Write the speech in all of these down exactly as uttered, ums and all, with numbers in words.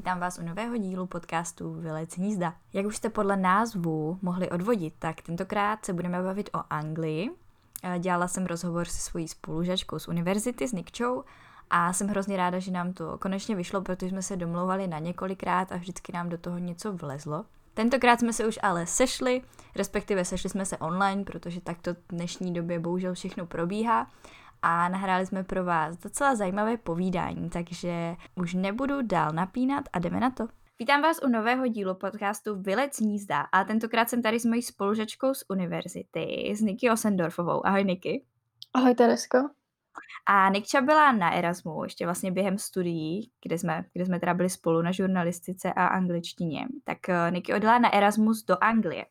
vítám vás u nového dílu podcastu Vylec hnízda. Jak už jste podle názvu mohli odvodit, tak tentokrát se budeme bavit o Anglii. Dělala jsem rozhovor se svojí spolužačkou z univerzity, s Nikčou, a jsem hrozně ráda, že nám to konečně vyšlo, protože jsme se domlouvali na několikrát a vždycky nám do toho něco vlezlo. Tentokrát jsme se už ale sešli, respektive sešli jsme se online, protože takto v dnešní době bohužel všechno probíhá. A nahráli jsme pro vás docela zajímavé povídání, takže už nebudu dál napínat a jdeme na to. Vítám vás u nového dílu podcastu Vylec hnízda a tentokrát jsem tady s mojí spolužačkou z univerzity, s Niky Osendorfovou. Ahoj Niky. Ahoj Teresko. A Nikča byla na Erasmu, ještě vlastně během studií, kde jsme, kde jsme teda byli spolu na žurnalistice a angličtině. Tak Niky odjela na Erasmus do Anglie.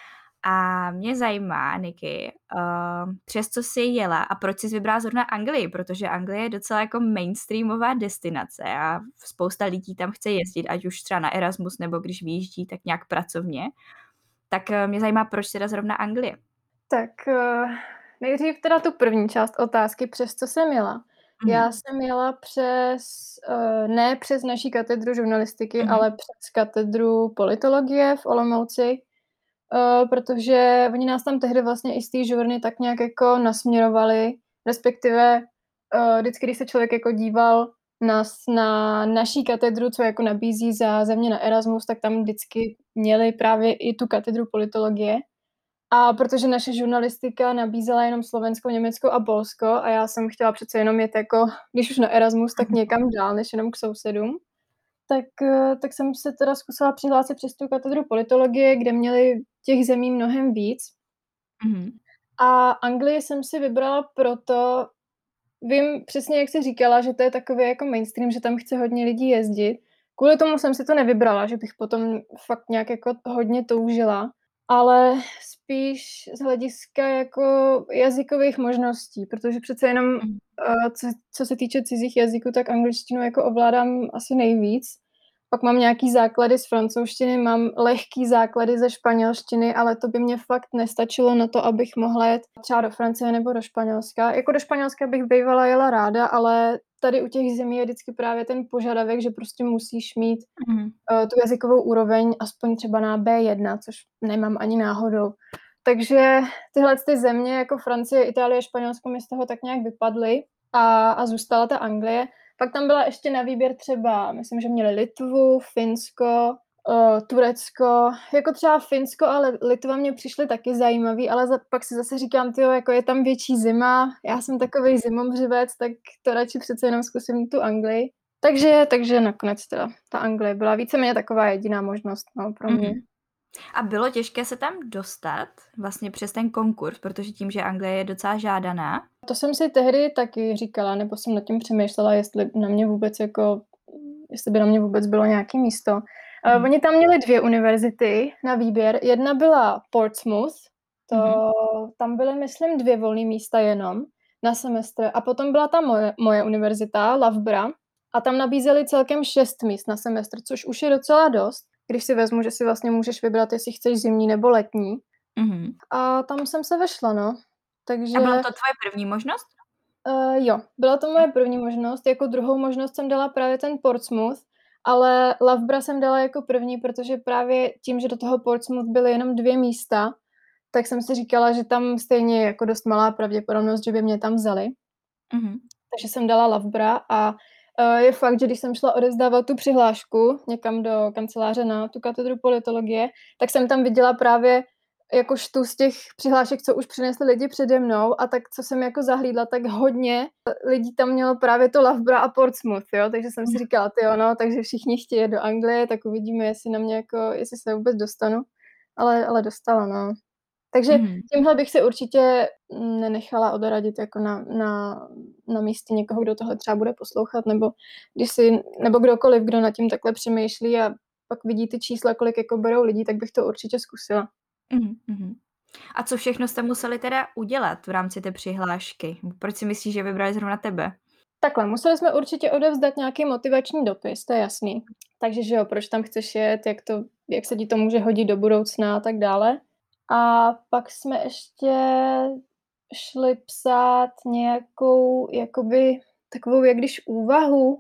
A mě zajímá, Niky, uh, přes co jsi jela a proč jsi vybrala zrovna Anglii, protože Anglie je docela jako mainstreamová destinace a spousta lidí tam chce jezdit, ať už třeba na Erasmus nebo když vyjíždí tak nějak pracovně. Tak uh, mě zajímá, proč teda zrovna Anglie. Tak uh, nejdřív teda tu první část otázky, přes co jsem jela. Mm. Já jsem jela přes, uh, ne přes naší katedru žurnalistiky, mm. ale přes katedru politologie v Olomouci, Uh, protože oni nás tam tehdy vlastně i z té žurny tak nějak jako nasměrovali, respektive uh, vždycky, když se člověk jako díval na, na naší katedru, co jako nabízí za země na Erasmus, tak tam vždycky měli právě i tu katedru politologie. A protože naše žurnalistika nabízela jenom Slovensko, Německo a Polsko a já jsem chtěla přece jenom jet jako, když už na Erasmus, tak někam dál, než jenom k sousedům. Tak, tak jsem se teda zkusila přihlásit přes tu katedru politologie, kde měli těch zemí mnohem víc. Mm-hmm. A Anglii jsem si vybrala proto, vím přesně, jak jsi říkala, že to je takový jako mainstream, že tam chce hodně lidí jezdit. Kvůli tomu jsem si to nevybrala, že bych potom fakt nějak jako hodně toužila, ale spíš z hlediska jako jazykových možností, protože přece jenom, mm. co, co se týče cizích jazyků, tak angličtinu jako ovládám asi nejvíc. Pak mám nějaký základy z francouzštiny, mám lehký základy ze španělštiny, ale to by mě fakt nestačilo na to, abych mohla jet třeba do Francie nebo do Španělska. Jako do Španělska bych bývala jela ráda, ale tady u těch zemí je vždycky právě ten požadavek, že prostě musíš mít mm. uh, tu jazykovou úroveň aspoň třeba na bé jedna, což nemám ani náhodou. Takže tyhle ty země jako Francie, Itálie, Španělsko mi z toho tak nějak vypadly a, a zůstala ta Anglie. Pak tam byla ještě na výběr třeba, myslím, že měli Litvu, Finsko, uh, Turecko, jako třeba Finsko a Litva mě přišly taky zajímavý, ale za, pak si zase říkám, tyjo, jako je tam větší zima, já jsem takovej zimomřivec, tak to radši přece jenom zkusím tu Anglii. Takže, takže nakonec teda ta Anglie byla víceméně taková jediná možnost, no, pro mě. Mm-hmm. A bylo těžké se tam dostat vlastně přes ten konkurs, protože tím, že Anglie je docela žádaná? To jsem si tehdy taky říkala, nebo jsem nad tím přemýšlela, jestli na mě vůbec jako, jestli by na mě vůbec bylo nějaké místo. Hmm. Uh, oni tam měli dvě univerzity na výběr. Jedna byla Portsmouth, to, hmm. tam byly, myslím, dvě volné místa jenom na semestr. A potom byla ta moje, moje univerzita, Loughborough, a tam nabízeli celkem šest míst na semestr, což už je docela dost, když si vezmu, že si vlastně můžeš vybrat, jestli chceš zimní nebo letní. Mm-hmm. A tam jsem se vešla, no. Takže... A byla to tvoje první možnost? Uh, jo, byla to moje první možnost. Jako druhou možnost jsem dala právě ten Portsmouth, ale Loughborough jsem dala jako první, protože právě tím, že do toho Portsmouth byly jenom dvě místa, tak jsem si říkala, že tam stejně je jako dost malá pravděpodobnost, že by mě tam vzali. Mm-hmm. Takže jsem dala Loughborough a je fakt, že když jsem šla odevzdávat tu přihlášku někam do kanceláře na tu katedru politologie, tak jsem tam viděla právě jako štu z těch přihlášek, co už přinesli lidi přede mnou a tak, co jsem jako zahlídla, tak hodně lidí tam mělo právě to Loughborough a Portsmouth, jo, takže jsem si říkala, ty jo, no, takže všichni chtějí do Anglie, tak uvidíme, jestli na mě jako, jestli se vůbec dostanu, ale, ale dostala, no. Takže mm. tímhle bych se určitě nenechala odradit jako na, na, na místě někoho, kdo tohle třeba bude poslouchat, nebo když si, nebo kdokoliv, kdo nad tím takhle přemýšlí a pak vidí ty čísla, kolik jako berou lidí, tak bych to určitě zkusila. Mm-hmm. A co všechno jste museli teda udělat v rámci té přihlášky? Proč si myslíš, že vybrali zrovna tebe? Takhle, museli jsme určitě odevzdat nějaký motivační dopis, to je jasný. Takže, že jo, proč tam chceš jet, jak, to, jak se ti to může hodit do budoucna a tak dále. A pak jsme ještě šli psát nějakou, jakoby, takovou, jak když úvahu,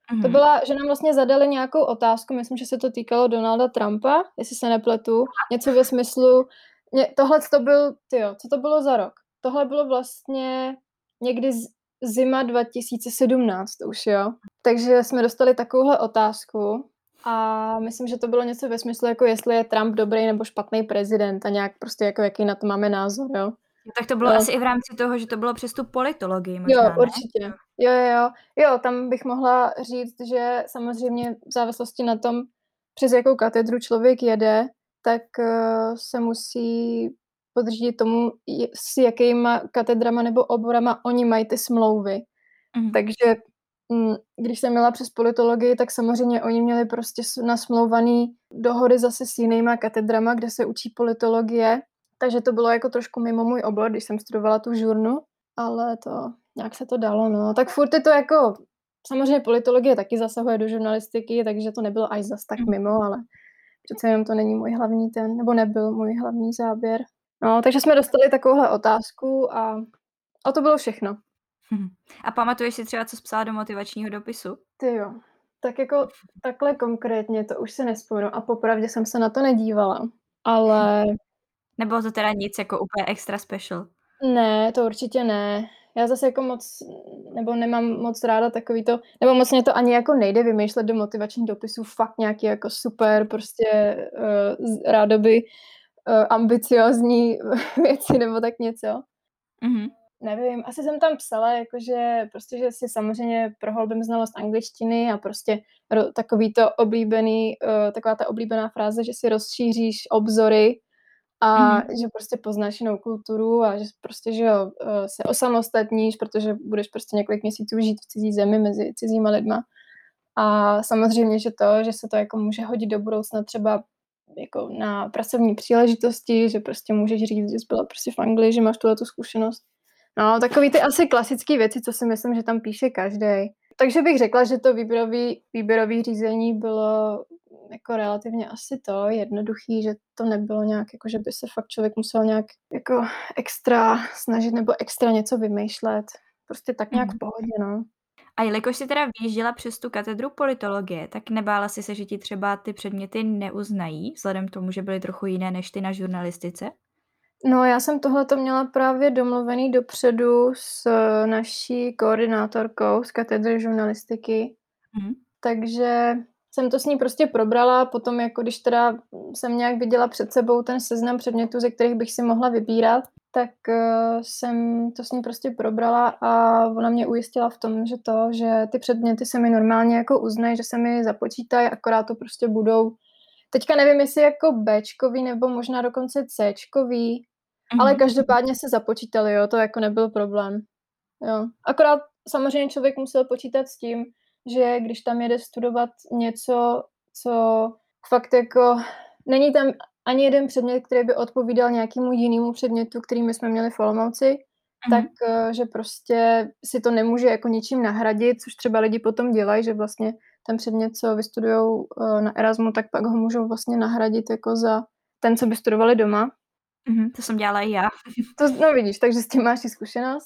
To Mhm. byla, že nám vlastně zadali nějakou otázku, myslím, že se to týkalo Donalda Trumpa, jestli se nepletu, něco ve smyslu, ně tohlec to byl, tyjo, co to bylo za rok? Tohle bylo vlastně někdy z zima dva tisíce sedmnáct už, jo. Takže jsme dostali takovouhle otázku a myslím, že to bylo něco ve smyslu, jako jestli je Trump dobrý nebo špatný prezident a nějak prostě jako jaký na to máme názor, jo. Tak to bylo Jo. asi i v rámci toho, že to bylo přes tu politologii Jo, možná, ne? určitě. Jo, jo, jo. Jo, tam bych mohla říct, že samozřejmě v závislosti na tom, přes jakou katedru člověk jede, tak, uh, se musí podřídit tomu, j s jakýma katedrama nebo oborama oni mají ty smlouvy. Mhm. Takže, hm, když jsem jela přes politologii, tak samozřejmě oni měli prostě s nasmlouvaný dohody zase s jinýma katedrama, kde se učí politologie, takže to bylo jako trošku mimo můj obor, když jsem studovala tu žurnu, ale to nějak se to dalo, no. Tak furt je to jako samozřejmě politologie taky zasahuje do žurnalistiky, takže to nebylo až zas tak Mhm. mimo, ale přece jenom to není můj hlavní ten nebo nebyl můj hlavní záběr. No, takže jsme dostali takovouhle otázku a a to bylo všechno. Mhm. A pamatuješ si třeba, co jsi psala do motivačního dopisu? Tyjo, tak jako takhle konkrétně to už si nevzpomenu a popravdě jsem se na to nedívala, ale Nebylo to teda nic jako úplně extra special? ne, to určitě ne. Já zase jako moc nebo nemám moc ráda takový to nebo moc mě to ani jako nejde vymýšlet do motivačních dopisů fakt nějaký jako super prostě, uh, z rádoby, uh, ambiciózní věci nebo tak něco. Mhm. Nevím, asi jsem tam psala, jakože prostě, že si samozřejmě prohloubím znalost angličtiny a prostě ro takový to oblíbený, uh, taková ta oblíbená fráze, že si rozšíříš obzory a Mhm. že prostě poznáš jinou kulturu a že prostě, že jo, uh, se osamostatníš, protože budeš prostě několik měsíců žít v cizí zemi mezi cizíma lidma. A samozřejmě, že to, že se to jako může hodit do budoucna třeba jako na pracovní příležitosti, že prostě můžeš říct, že jsi byla prostě v Anglii, že máš tuhletu zkušenost. No, takový ty asi klasický věci, co si myslím, že tam píše každej. Takže bych řekla, že to výběrový výběrový řízení bylo jako relativně asi to jednoduchý, že to nebylo nějak jako, že by se fakt člověk musel nějak jako extra snažit nebo extra něco vymýšlet. Prostě tak nějak v Mhm. pohodě, no. A jelikož jsi teda vyjížděla přes tu katedru politologie, tak nebála jsi se, že ti třeba ty předměty neuznají, vzhledem k tomu, že byly trochu jiné než ty na žurnalistice? No, já jsem tohleto měla právě domluvený dopředu s naší koordinátorkou z katedry žurnalistiky, Mhm. takže jsem to s ní prostě probrala, potom jako když teda jsem nějak viděla před sebou ten seznam předmětů, ze kterých bych si mohla vybírat, tak, uh, jsem to s ní prostě probrala a ona mě ujistila v tom, že to, že ty předměty se mi normálně jako uznají, že se mi započítají, akorát to prostě budou teďka nevím, jestli jako béčkový nebo možná dokonce céčkový, ale Mhm. každopádně se započítaly, jo, to jako nebyl problém. Jo. Akorát samozřejmě člověk musel počítat s tím, že když tam jede studovat něco, co fakt jako není tam ani jeden předmět, který by odpovídal nějakému jinému předmětu, který my jsme měli v Olomouci, tak Mhm. že prostě si to nemůže jako ničím nahradit, což třeba lidi potom dělají, že vlastně ten předmět, co vystudujou, uh, na Erasmu, tak pak ho můžou vlastně nahradit jako za ten, co by studovali doma. Mhm. To jsem dělala i já. To no vidíš, takže s tím máš i zkušenost.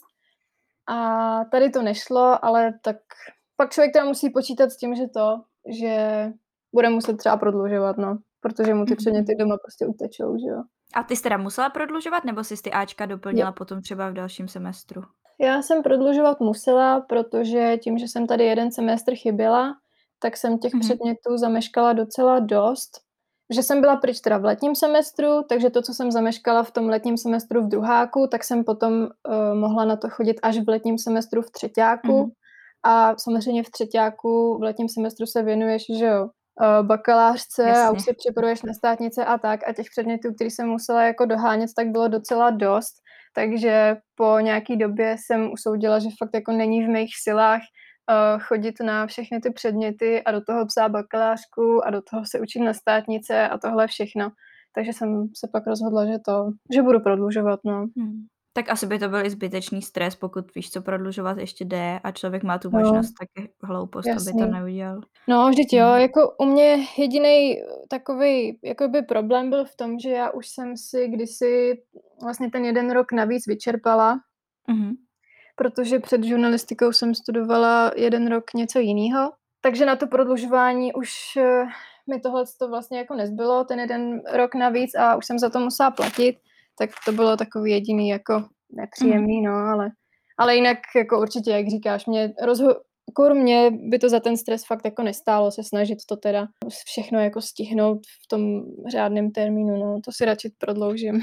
A tady to nešlo, ale tak pak člověk teda musí počítat s tím, že to, že bude muset třeba prodlužovat, no, protože mu ty Mhm. předměty doma prostě utečou, že jo. A ty jsi teda musela prodlužovat, nebo jsi ty áčka Jo. doplnila potom třeba v dalším semestru? Já jsem prodlužovat musela, protože tím, že jsem tady jeden semestr chyběla, tak jsem těch Mhm. předmětů zameškala docela dost. Že jsem byla pryč teda v letním semestru, takže to, co jsem zameškala v tom letním semestru v druháku, tak jsem potom, uh, mohla na to chodit až v letním semestru v třeťáku. Mhm. A samozřejmě v třeťáku v letním semestru se věnuješ, že jo, uh, bakalářce a Jasně. už se připravuješ na státnice a tak a těch předmětů, který jsem musela jako dohánět, tak bylo docela dost. Takže po nějaký době jsem usoudila, že fakt jako není v mých silách, uh, chodit na všechny ty předměty a do toho psát bakalářku a do toho se učit na státnice a tohle všechno. Takže jsem se pak rozhodla, že to že budu prodlužovat, no. Hmm. Tak asi by to byl i zbytečný stres, pokud víš, co prodlužovat ještě jde a člověk má tu No. možnost, tak je hloupost, aby to Jasný. neudělal. No, vždyť jo, Mhm. jako u mě jedinej takovej jakoby problém byl v tom, že já už jsem si kdysi vlastně ten jeden rok navíc vyčerpala. Mhm. Protože před žurnalistikou jsem studovala jeden rok něco jinýho. takže na to prodlužování už uh, mi tohleto vlastně jako nezbylo, ten jeden rok navíc a už jsem za to musela platit, tak to bylo takový jediný jako nepříjemný, no, ale, ale jinak jako určitě, jak říkáš, mě rozho- Kor mě by to za ten stres fakt jako nestálo se snažit to teda všechno jako stihnout v tom řádném termínu, no, to si radši prodloužím.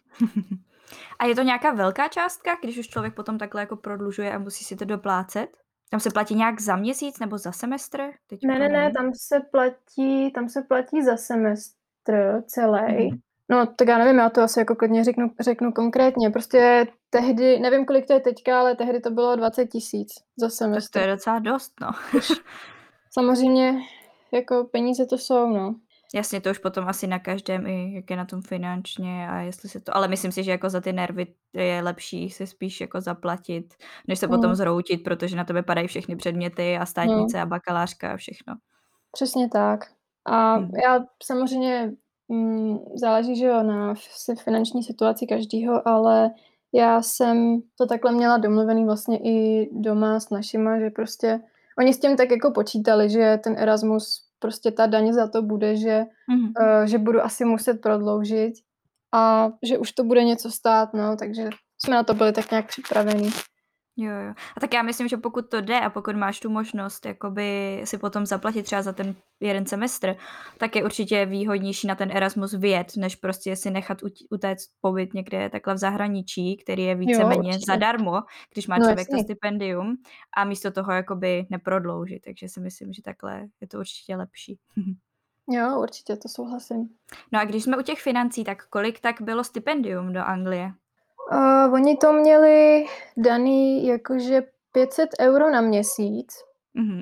A je to nějaká velká částka, když už člověk potom takhle jako prodlužuje a musí si to doplácet? Tam se platí nějak za měsíc nebo za semestr? Teď Ne, ne, úplně ne, nevím. tam se platí, tam se platí za semestr celý. Mhm. No, tak já nevím, já to asi jako klidně řeknu, řeknu konkrétně. Prostě tehdy, nevím, kolik to je teďka, ale tehdy to bylo dvacet tisíc za Tak to semestr. je docela dost, no. Už samozřejmě jako peníze to jsou, no. Jasně, to už potom asi na každém, i jak je na tom finančně a jestli se to... Ale myslím si, že jako za ty nervy je lepší se spíš jako zaplatit, než se potom Mm, zhroutit, protože na tebe padají všechny předměty a no, státnice a bakalářka a všechno. přesně tak. A Mhm. já samozřejmě mm, záleží, že jo, na si finanční situaci každýho, ale já jsem to takhle měla domluvený vlastně i doma s našima, že prostě oni s tím tak jako počítali, že ten Erasmus, prostě ta daň za to bude, že, Mhm. uh, že budu asi muset prodloužit a že už to bude něco stát, no, takže jsme na to byli tak nějak připravení. Jo, jo. A tak já myslím, že pokud to jde a pokud máš tu možnost jakoby si potom zaplatit třeba za ten jeden semestr, tak je určitě výhodnější na ten Erasmus vyjet, než prostě si nechat ut- utéct pobyt někde takhle v zahraničí, který je Jo, víceméně určitě. zadarmo, když má No člověk to jasně. stipendium a místo toho jakoby neprodloužit, takže si myslím, že takhle je to určitě lepší. Jo, určitě, to souhlasím. No a když jsme u těch financí, tak kolik tak bylo stipendium do Anglie? Uh, oni to měli daný jakože pět set euro na měsíc, Mhm.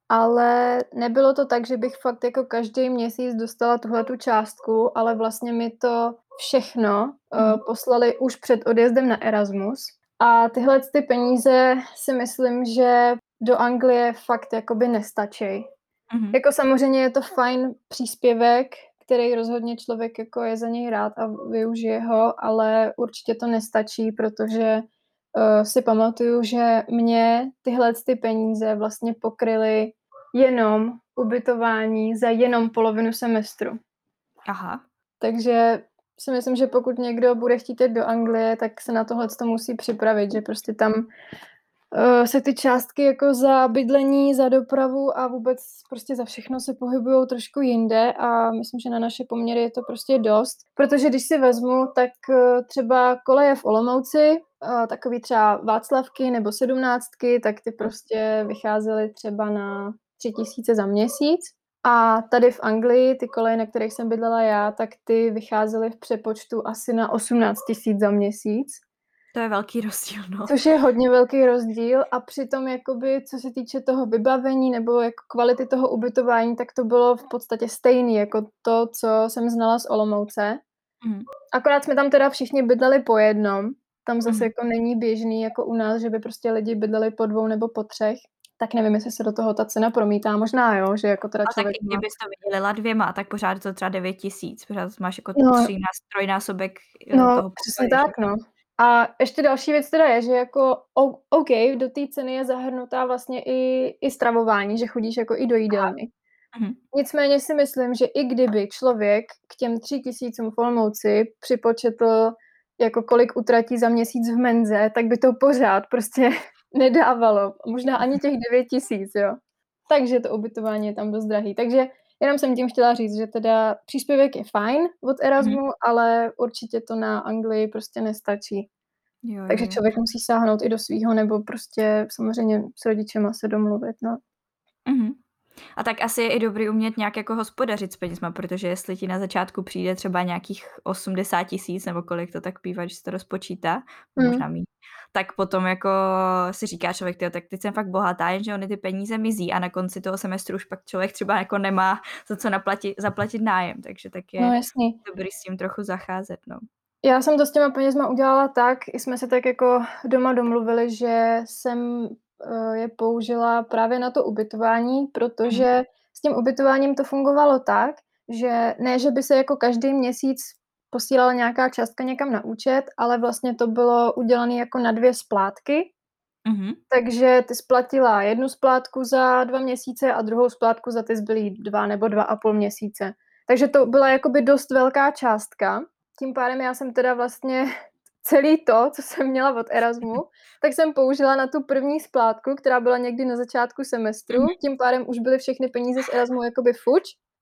ale nebylo to tak, že bych fakt jako každý měsíc dostala tuhletu částku, ale vlastně mi to všechno uh, Mhm. poslali už před odjezdem na Erasmus. A tyhle ty peníze si myslím, že do Anglie fakt jakoby nestačí. Mhm. Jako samozřejmě je to fajn příspěvek, který rozhodně člověk jako je za něj rád a využije ho, ale určitě to nestačí, protože uh, si pamatuju, že mě tyhle ty peníze vlastně pokryly jenom ubytování za jenom polovinu semestru. Aha. Takže si myslím, že pokud někdo bude chtít jít do Anglie, tak se na tohle to musí připravit, že prostě tam uh, se ty částky jako za bydlení, za dopravu a vůbec prostě za všechno se pohybujou trošku jinde a myslím, že na naše poměry je to prostě dost. Protože když si vezmu, tak uh, třeba koleje v Olomouci, uh, takový třeba Václavky nebo sedmnáctky, tak ty prostě vycházely třeba na tři tisíce za měsíc. A tady v Anglii ty koleje, na kterých jsem bydlela já, tak ty vycházely v přepočtu asi na osmnáct tisíc za měsíc. To je velký rozdíl, no. Což je hodně velký rozdíl a přitom jakoby, co se týče toho vybavení nebo jako kvality toho ubytování, tak to bylo v podstatě stejný jako to, co jsem znala z Olomouce. Mhm. Akorát jsme tam teda všichni bydleli po jednom. Tam zase Mhm. jako není běžný jako u nás, že by prostě lidi bydleli po dvou nebo po třech. Tak nevím, jestli se do toho ta cena promítá. Možná jo, že jako teda A tak člověk i má... kdybys to vydělila dvěma, tak pořád je to třeba devět tisíc, pořád máš jako No, třinás trojnásobek eh, no, toho přesně pokoje, že? tak, no. A ještě další věc teda je, že jako o- OK, do té ceny je zahrnutá vlastně i, i stravování, že chodíš jako i do jídelny. Mhm. Nicméně si myslím, že i kdyby člověk k těm tři tisícům v Olomouci připočetl, jako kolik utratí za měsíc v menze, tak by to pořád prostě nedávalo. Možná ani těch devět tisíc, jo. Takže to ubytování je tam dost drahý. Takže jenom jsem tím chtěla říct, že teda příspěvek je fajn od Mhm. Erasmu, ale určitě to na Anglii prostě nestačí. Jo, jo, Takže jo. člověk musí sáhnout i do svýho, nebo prostě samozřejmě s rodičema se domluvit, no. Mhm. A tak asi je i dobrý umět nějak jako hospodařit s penězma, protože jestli ti na začátku přijde třeba nějakých osmdesát tisíc nebo kolik to tak bývá, když se to rozpočítá, Mm. možná míň, tak potom jako si říká člověk, tyjo, tak teď jsem fakt bohatá, jenže ony ty peníze mizí a na konci toho semestru už pak člověk třeba jako nemá za co naplatit, zaplatit nájem, takže tak je No jasný. dobrý s tím trochu zacházet, no. Já jsem to s těma penězma udělala tak, i jsme se tak jako doma domluvili, že jsem uh, je použila právě na to ubytování, protože s tím ubytováním to fungovalo tak, že ne, že by se jako každý měsíc posílala nějaká částka někam na účet, ale vlastně to bylo udělané jako na dvě splátky. Mhm. Takže ty splatila jednu splátku za dva měsíce a druhou splátku za ty zbylý dva nebo dva a půl měsíce. Takže to byla jakoby dost velká částka. Tím pádem já jsem teda vlastně celý to, co jsem měla od Erasmu, tak jsem použila na tu první splátku, která byla někdy na začátku semestru. Mhm. Tím pádem už byly všechny peníze z Erasmu jakoby fuč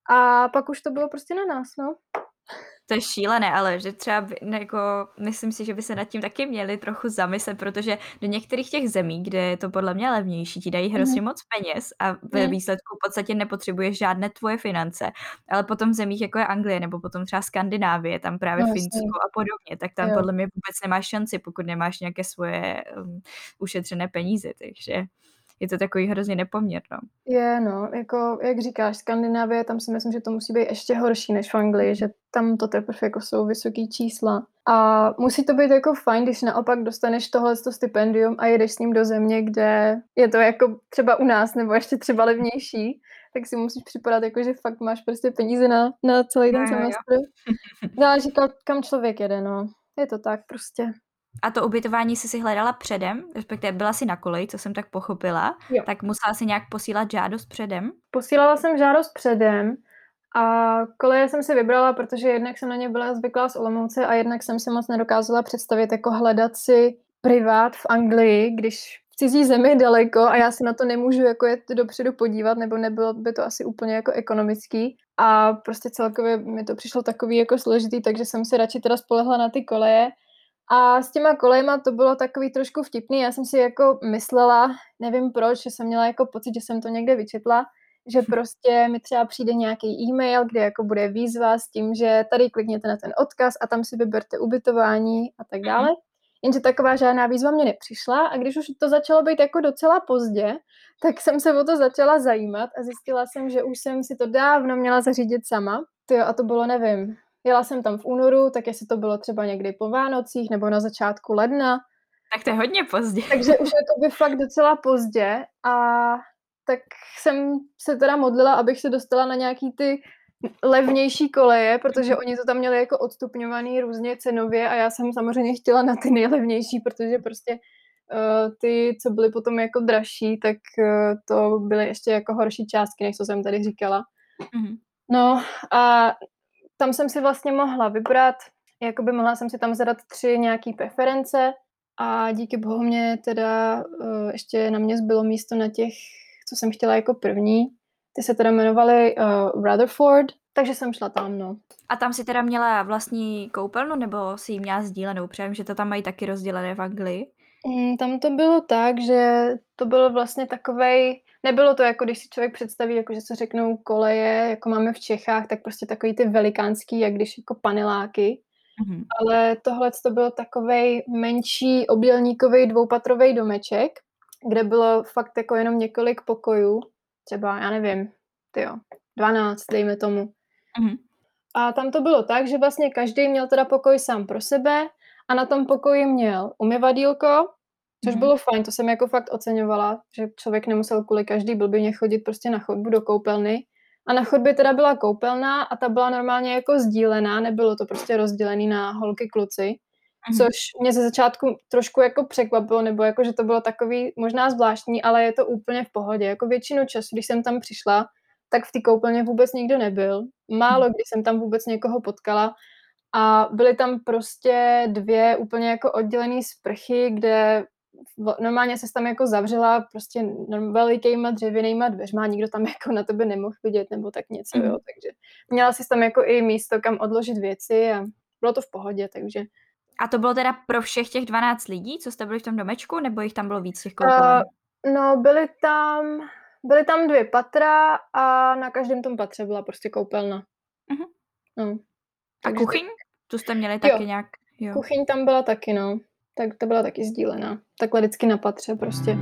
a pak už to bylo prostě na nás, no. To je šílené, ale že třeba by, jako, myslím si, že by se nad tím taky měli trochu zamyslet, protože do některých těch zemí, kde je to podle mě levnější, ti dají hrozně Mhm. moc peněz a ve Mhm. výsledku v podstatě nepotřebuješ žádné tvoje finance. Ale potom v zemích, jako je Anglie, nebo potom třeba Skandinávie, tam právě No Finsko jasně. a podobně, tak tam Jo. podle mě vůbec nemáš šanci, pokud nemáš nějaké svoje um, ušetřené peníze, takže je to takový hrozně nepoměr, no. Je, no, jako, jak říkáš, Skandinávie, tam si myslím, že to musí být ještě horší než v Anglii, že tam to teprve jako jsou vysoký čísla. A musí to být jako fajn, když naopak dostaneš tohleto stipendium a jedeš s ním do země, kde je to jako třeba u nás, nebo ještě třeba levnější, tak si musíš připadat jako, že fakt máš prostě peníze na, na celý Jo, ten jo, jo. semestr. Záleží, kam, kam člověk jede, no. Je to tak prostě. A to ubytování jsi si hledala předem, respektive byla si na koleji, co jsem tak pochopila, Jo. tak musela si nějak posílat žádost předem? Posílala jsem žádost předem a koleje jsem si vybrala, protože jednak jsem na ně byla zvyklá z Olomouce a jednak jsem si moc nedokázala představit, jako hledat si privát v Anglii, když v cizí zemi daleko a já se na to nemůžu jako jet dopředu podívat, nebo nebylo by to asi úplně jako ekonomický. A prostě celkově mi to přišlo takový jako složitý, takže jsem si radši teda spolehla na ty koleje. A s těma kolejema to bylo takový trošku vtipný. Já jsem si jako myslela, nevím proč, že jsem měla jako pocit, že jsem to někde vyčetla, že prostě mi třeba přijde nějaký e-mail, kde jako bude výzva s tím, že tady klikněte na ten odkaz a tam si vyberte ubytování a tak dále. Jenže taková žádná výzva mě nepřišla a když už to začalo být jako docela pozdě, tak jsem se o to začala zajímat a zjistila jsem, že už jsem si to dávno měla zařídit sama. Tyjo, a to bylo, nevím, jela jsem tam v únoru, tak jestli to bylo třeba někdy po Vánocích nebo na začátku ledna. Tak to je hodně pozdě. Takže už jakoby fakt docela pozdě a tak jsem se teda modlila, abych se dostala na nějaký ty levnější koleje, protože oni to tam měli jako odstupňovaný různě cenově a já jsem samozřejmě chtěla na ty nejlevnější, protože prostě uh, ty, co byly potom jako dražší, tak uh, to byly ještě jako horší částky, než co jsem tady říkala. Mhm. No a tam jsem si vlastně mohla vybrat, jakoby mohla jsem si tam zadat tři nějaký preference a díky bohu mě teda uh, ještě na mě zbylo místo na těch, co jsem chtěla jako první. Ty se teda jmenovaly uh, Rutherford, takže jsem šla tam, no. A tam si teda měla vlastní koupelnu, nebo si ji měla sdílenou? Protože vím, že to tam mají taky rozdělené v Anglii. Mm, tam to bylo tak, že to bylo vlastně takovej, nebylo to jako, když si člověk představí, jako že se řeknou koleje, jako máme v Čechách, tak prostě takový ty velikánský, jak když jako paneláky. Mhm. Ale tohle to byl takovej menší obdélníkový dvoupatrový domeček, kde bylo fakt jako jenom několik pokojů, třeba, já nevím, tyjo, dvanáct, dejme tomu. Mhm. A tam to bylo tak, že vlastně každý měl teda pokoj sám pro sebe a na tom pokoji měl umyvadýlko, což Mhm. bylo fajn, to jsem jako fakt oceňovala, že člověk nemusel kvůli každý blběně chodit prostě na chodbu do koupelny. A na chodbě teda byla koupelna a ta byla normálně jako sdílená, nebylo to prostě rozdělený na holky kluci, Mhm. což mě ze začátku trošku jako překvapilo, nebo jako, že to bylo takový možná zvláštní, ale je to úplně v pohodě. Jako většinu času, když jsem tam přišla, tak v té koupelně vůbec nikdo nebyl. Málo kdy jsem tam vůbec někoho potkala a byly tam prostě dvě úplně jako oddělené sprchy, kde normálně se tam jako zavřela prostě velikýma dřevěnýma dveřma, nikdo tam jako na tebe nemohl vidět nebo tak něco, Mhm. jo, takže měla si tam jako i místo, kam odložit věci a bylo to v pohodě, takže. A to bylo teda pro všech těch dvanáct lidí, co jste byli v tom domečku, nebo jich tam bylo víc těch koupelen? Uh, no, byly tam, byly tam dvě patra a na každém tom patře byla prostě koupelna. Mhm. No. A Takže kuchyň? Tu jste měli Jo. taky nějak? Jo. Kuchyň tam byla taky, no. Tak to byla taky sdílená. Takhle vždycky na patře prostě.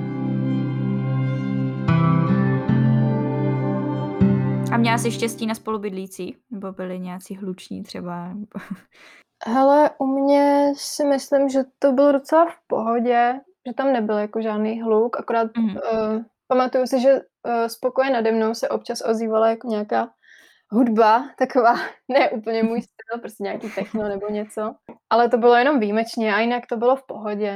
A měla jsi štěstí na spolubydlící? Nebo byli nějací hluční třeba? Hele, u mě si myslím, že to bylo docela v pohodě, že tam nebyl jako žádný hluk, akorát Mhm. uh, pamatuju si, že uh, z pokoje nade mnou se občas ozývala jako nějaká hudba, taková, ne úplně můj styl, prostě nějaký techno nebo něco, ale to bylo jenom výjimečně a jinak to bylo v pohodě.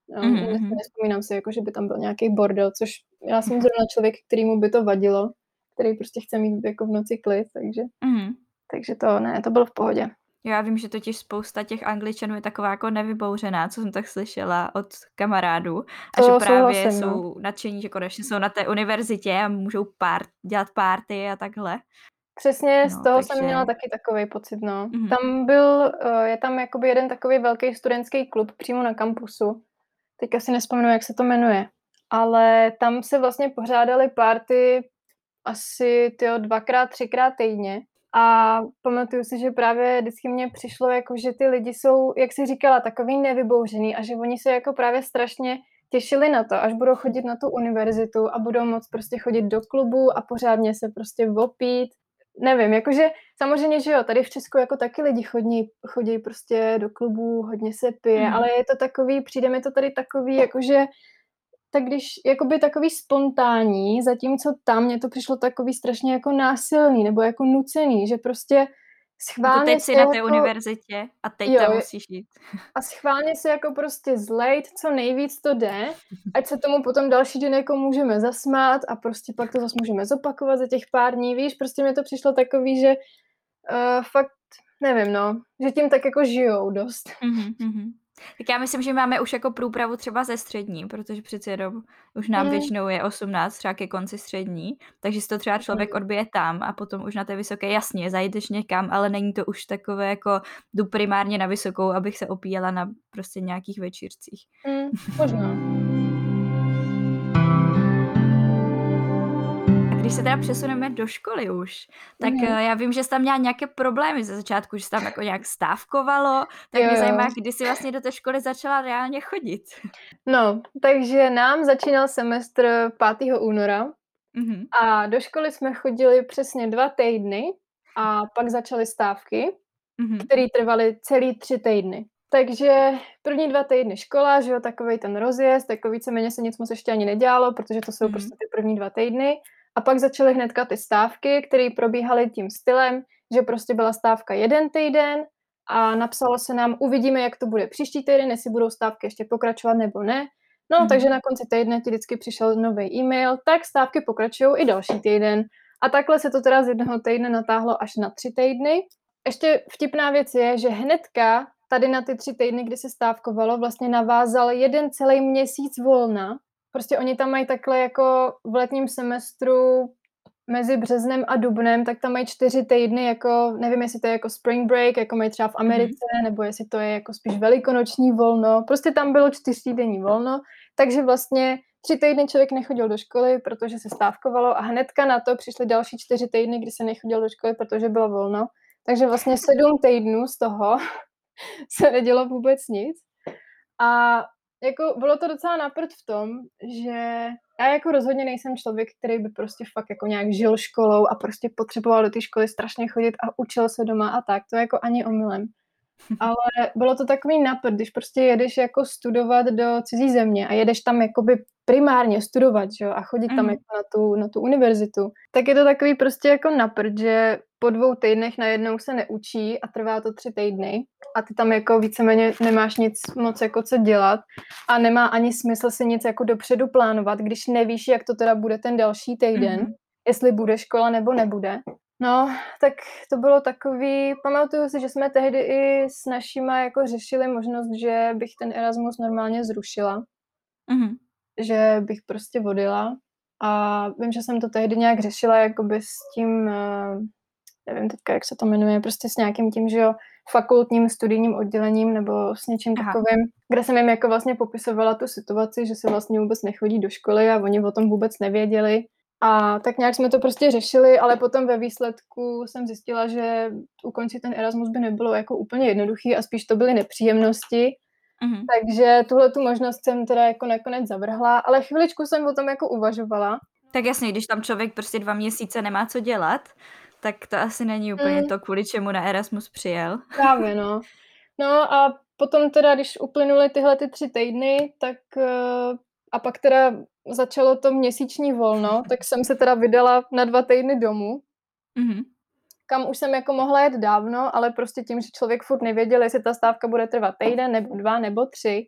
No, Mhm, nes mhm. nespomínám si, jako že by tam byl nějaký bordel, což já jsem zrovna člověk, kterýmu by to vadilo, který prostě chce mít jako v noci klid, takže Mhm. takže to ne, to bylo v pohodě. Já vím, že totiž spousta těch Angličanů je taková jako nevybouřená, co jsem tak slyšela od kamarádů a že To právě souhlasím, no. jsou nadšení, že konečně jsou na té univerzitě a můžou pár dělat party a takhle. Přesně, z No, toho jsem takže měla taky takovej pocit, no. Mhm. Tam byl, eh, je tam jakoby jeden takový velký studentský klub přímo na kampusu. Teďka si nevzpomenu, jak se to jmenuje, ale tam se vlastně pořádaly party asi, tyjo, dvakrát, třikrát týdně a pamatuju si, že právě vždycky mně přišlo, jako že ty lidi jsou, jak jsi říkala, takový nevybouřený a že oni se jako právě strašně těšili na to, až budou chodit na tu univerzitu a budou moct prostě chodit do klubu a pořádně se prostě opít. Nevím, jakože samozřejmě, že jo, tady v Česku jako taky lidi chodí chodí prostě do klubů, hodně se pije, Mhm. ale je to takový, přijde mi to tady takový, jakože tak když jakoby takový spontánní, zatímco tam mně to přišlo takový strašně jako násilný nebo jako nucený, že prostě Jako schválně teď se jsi na té jako univerzitě a teď jo, tam musíš jít. a schválně se jako prostě zlejt, co nejvíc to jde, ať se tomu potom další den jako můžeme zasmát a prostě pak to zase můžeme zopakovat za těch pár dní, víš, prostě mi to přišlo takový, že uh, fakt nevím, no, že tím tak jako žijou dost. Mhm, mhm. Tak já myslím, že máme už jako průpravu třeba ze střední, protože přeci jenom už nám Mm. většinou je osmnáct, třeba ke konci střední, takže si to třeba člověk odbije tam a potom už na té vysoké, jasně, zajdeš někam, ale není to už takové jako jdu primárně na vysokou, abych se opíjela na prostě nějakých večírcích. Mm, možná. A když se teda přesuneme do školy už, tak Mhm. já vím, že jsi tam měla nějaké problémy ze začátku, že jsi tam jako nějak stávkovalo, tak Jo, mě jo. zajímá, kdy jsi vlastně do té školy začala reálně chodit. No, takže nám začínal semestr pátého února Mhm. a do školy jsme chodili přesně dva týdny a pak začaly stávky, Mhm. které trvaly celý tři týdny. Takže první dva týdny škola, že jo, takovej ten rozjezd, jako víceméně se nic moc ještě ani nedělalo, protože to jsou Mhm. prostě ty první dva týdny. A pak začaly hnedka ty stávky, které probíhaly tím stylem, že prostě byla stávka jeden týden a napsalo se nám, uvidíme, jak to bude příští týden, jestli budou stávky ještě pokračovat nebo ne. No, Mhm. takže na konci týdne ti vždycky přišel nový e-mail, tak stávky pokračují i další týden. A takhle se to teda z jednoho týdne natáhlo až na tři týdny. Ještě vtipná věc je, že hnedka tady na ty tři týdny, kdy se stávkovalo, vlastně navázal jeden celý měsíc volna. Prostě oni tam mají takhle jako v letním semestru mezi březnem a dubnem, tak tam mají čtyři týdny jako, nevím, jestli to je jako spring break, jako mají třeba v Americe, Mhm. nebo jestli to je jako spíš velikonoční volno. Prostě tam bylo čtyřtýdenní volno, takže vlastně tři týdny člověk nechodil do školy, protože se stávkovalo a hnedka na to přišly další čtyři týdny, kdy se nechodil do školy, protože bylo volno. Takže vlastně sedm týdnů z toho se nedělo vůbec nic. A jako bylo to docela na prd v tom, že já jako rozhodně nejsem člověk, který by prostě fakt jako nějak žil školou a prostě potřeboval do té školy strašně chodit a učil se doma a tak, to jako ani omylem. Ale bylo to takový na prd, když prostě jedeš jako studovat do cizí země a jedeš tam jakoby primárně studovat, že jo, a chodit tam Mhm. jako na tu, na tu univerzitu, tak je to takový prostě jako na prd, že po dvou týdnech najednou se neučí a trvá to tři týdny a ty tam jako víceméně nemáš nic moc jako co dělat a nemá ani smysl si nic jako dopředu plánovat, když nevíš, jak to teda bude ten další týden, Mhm. jestli bude škola nebo nebude. No, tak to bylo takový, pamatuju si, že jsme tehdy i s našima jako řešili možnost, že bych ten Erasmus normálně zrušila, Mhm. že bych prostě odjela a vím, že jsem to tehdy nějak řešila jakoby s tím, eh, nevím teďka, jak se to jmenuje, prostě s nějakým tím, že jo, fakultním studijním oddělením nebo s něčím Aha. takovým, kde jsem jim jako vlastně popisovala tu situaci, že se vlastně vůbec nechodí do školy a oni o tom vůbec nevěděli. A tak nějak jsme to prostě řešili, ale potom ve výsledku jsem zjistila, že ukončit ten Erasmus by nebylo jako úplně jednoduchý a spíš to byly nepříjemnosti. Mhm. Takže tuhle tu možnost jsem teda jako nakonec zavrhla, ale chviličku jsem o tom jako uvažovala. Tak jasně, když tam člověk prostě dva měsíce nemá co dělat, tak to asi není úplně Mm. to, kvůli čemu na Erasmus přijel. Právě, no. No a potom teda, když uplynuly tyhle ty tři týdny, tak uh, a pak teda začalo to měsíční volno, tak jsem se teda vydala na dva týdny domů, Mhm. kam už jsem jako mohla jet dávno, ale prostě tím, že člověk furt nevěděl, jestli ta stávka bude trvat týden, nebo dva, nebo tři,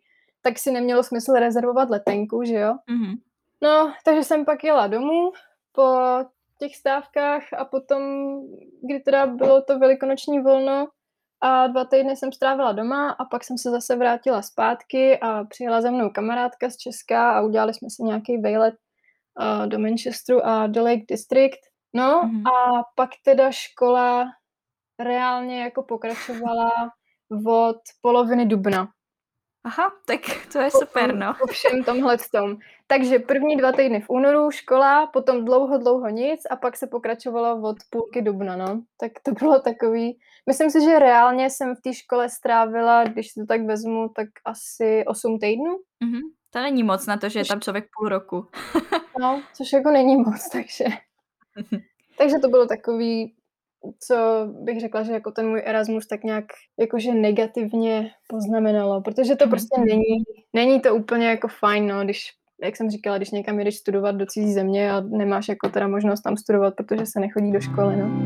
tak si nemělo smysl rezervovat letenku, že jo. Mm-hmm. No, takže jsem pak jela domů po těch stávkách a potom, kdy teda bylo to velikonoční volno a dva týdny jsem strávila doma a pak jsem se zase vrátila zpátky a přijela za mnou kamarádka z Česka a udělali jsme si nějaký vejlet uh, do Manchesteru a do Lake District. No Mm-hmm. a pak teda škola reálně jako pokračovala od poloviny dubna. Aha, tak to je super, no. Po všem tomhletom. Takže první dva týdny v únoru škola, potom dlouho, dlouho nic a pak se pokračovalo od půlky dubna, no. Tak to bylo takový... Myslím si, že reálně jsem v té škole strávila, když si to tak vezmu, tak asi osm týdnů. Mm-hmm. To není moc na to, že je tam člověk půl roku. No, což jako není moc, takže... takže to bylo takový, co bych řekla, že jako ten můj Erasmus tak nějak jakože negativně poznamenalo, protože to prostě není, není to úplně jako fajn, no, když, jak jsem říkala, když někam jdeš studovat do cizí země a nemáš jako teda možnost tam studovat, protože se nechodí do školy, no.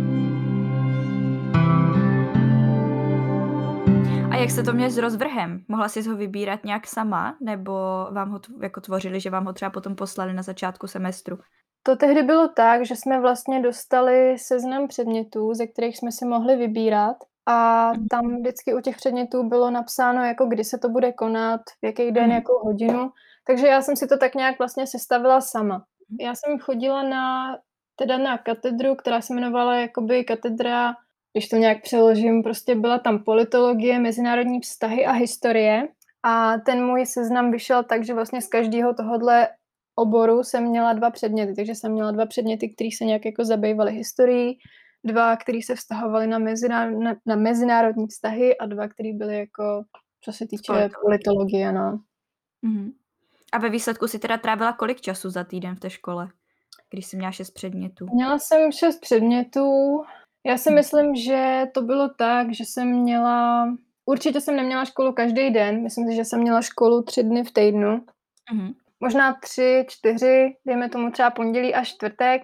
A jak se to měl s rozvrhem? Mohla jsi ho vybírat nějak sama, nebo vám ho jako tvořili, že vám ho třeba potom poslali na začátku semestru? To tehdy bylo tak, že jsme vlastně dostali seznam předmětů, ze kterých jsme si mohli vybírat a tam vždycky u těch předmětů bylo napsáno, jako kdy se to bude konat, v jaký den, jakou hodinu. Takže já jsem si to tak nějak vlastně sestavila sama. Já jsem chodila na, teda na katedru, která se jmenovala jakoby katedra, když to nějak přeložím, prostě byla tam politologie, mezinárodní vztahy a historie. A ten můj seznam vyšel tak, že vlastně z každého tohohle oboru jsem měla dva předměty, takže jsem měla dva předměty, které se nějak jako zabývaly historií, dva, které se vztahovaly na, mezinár- na, na mezinárodní vztahy a dva, které byly jako, co se týče politologie, politologie no. Mm-hmm. A ve výsledku si teda trávila kolik času za týden v té škole, když jsi měla šest předmětů? Měla jsem šest předmětů. Já si myslím, že to bylo tak, že jsem měla, určitě jsem neměla školu každý den, myslím si, že jsem měla školu tři dny v týdnu. Mm-hmm. Možná tři, čtyři, dejme tomu třeba pondělí až čtvrtek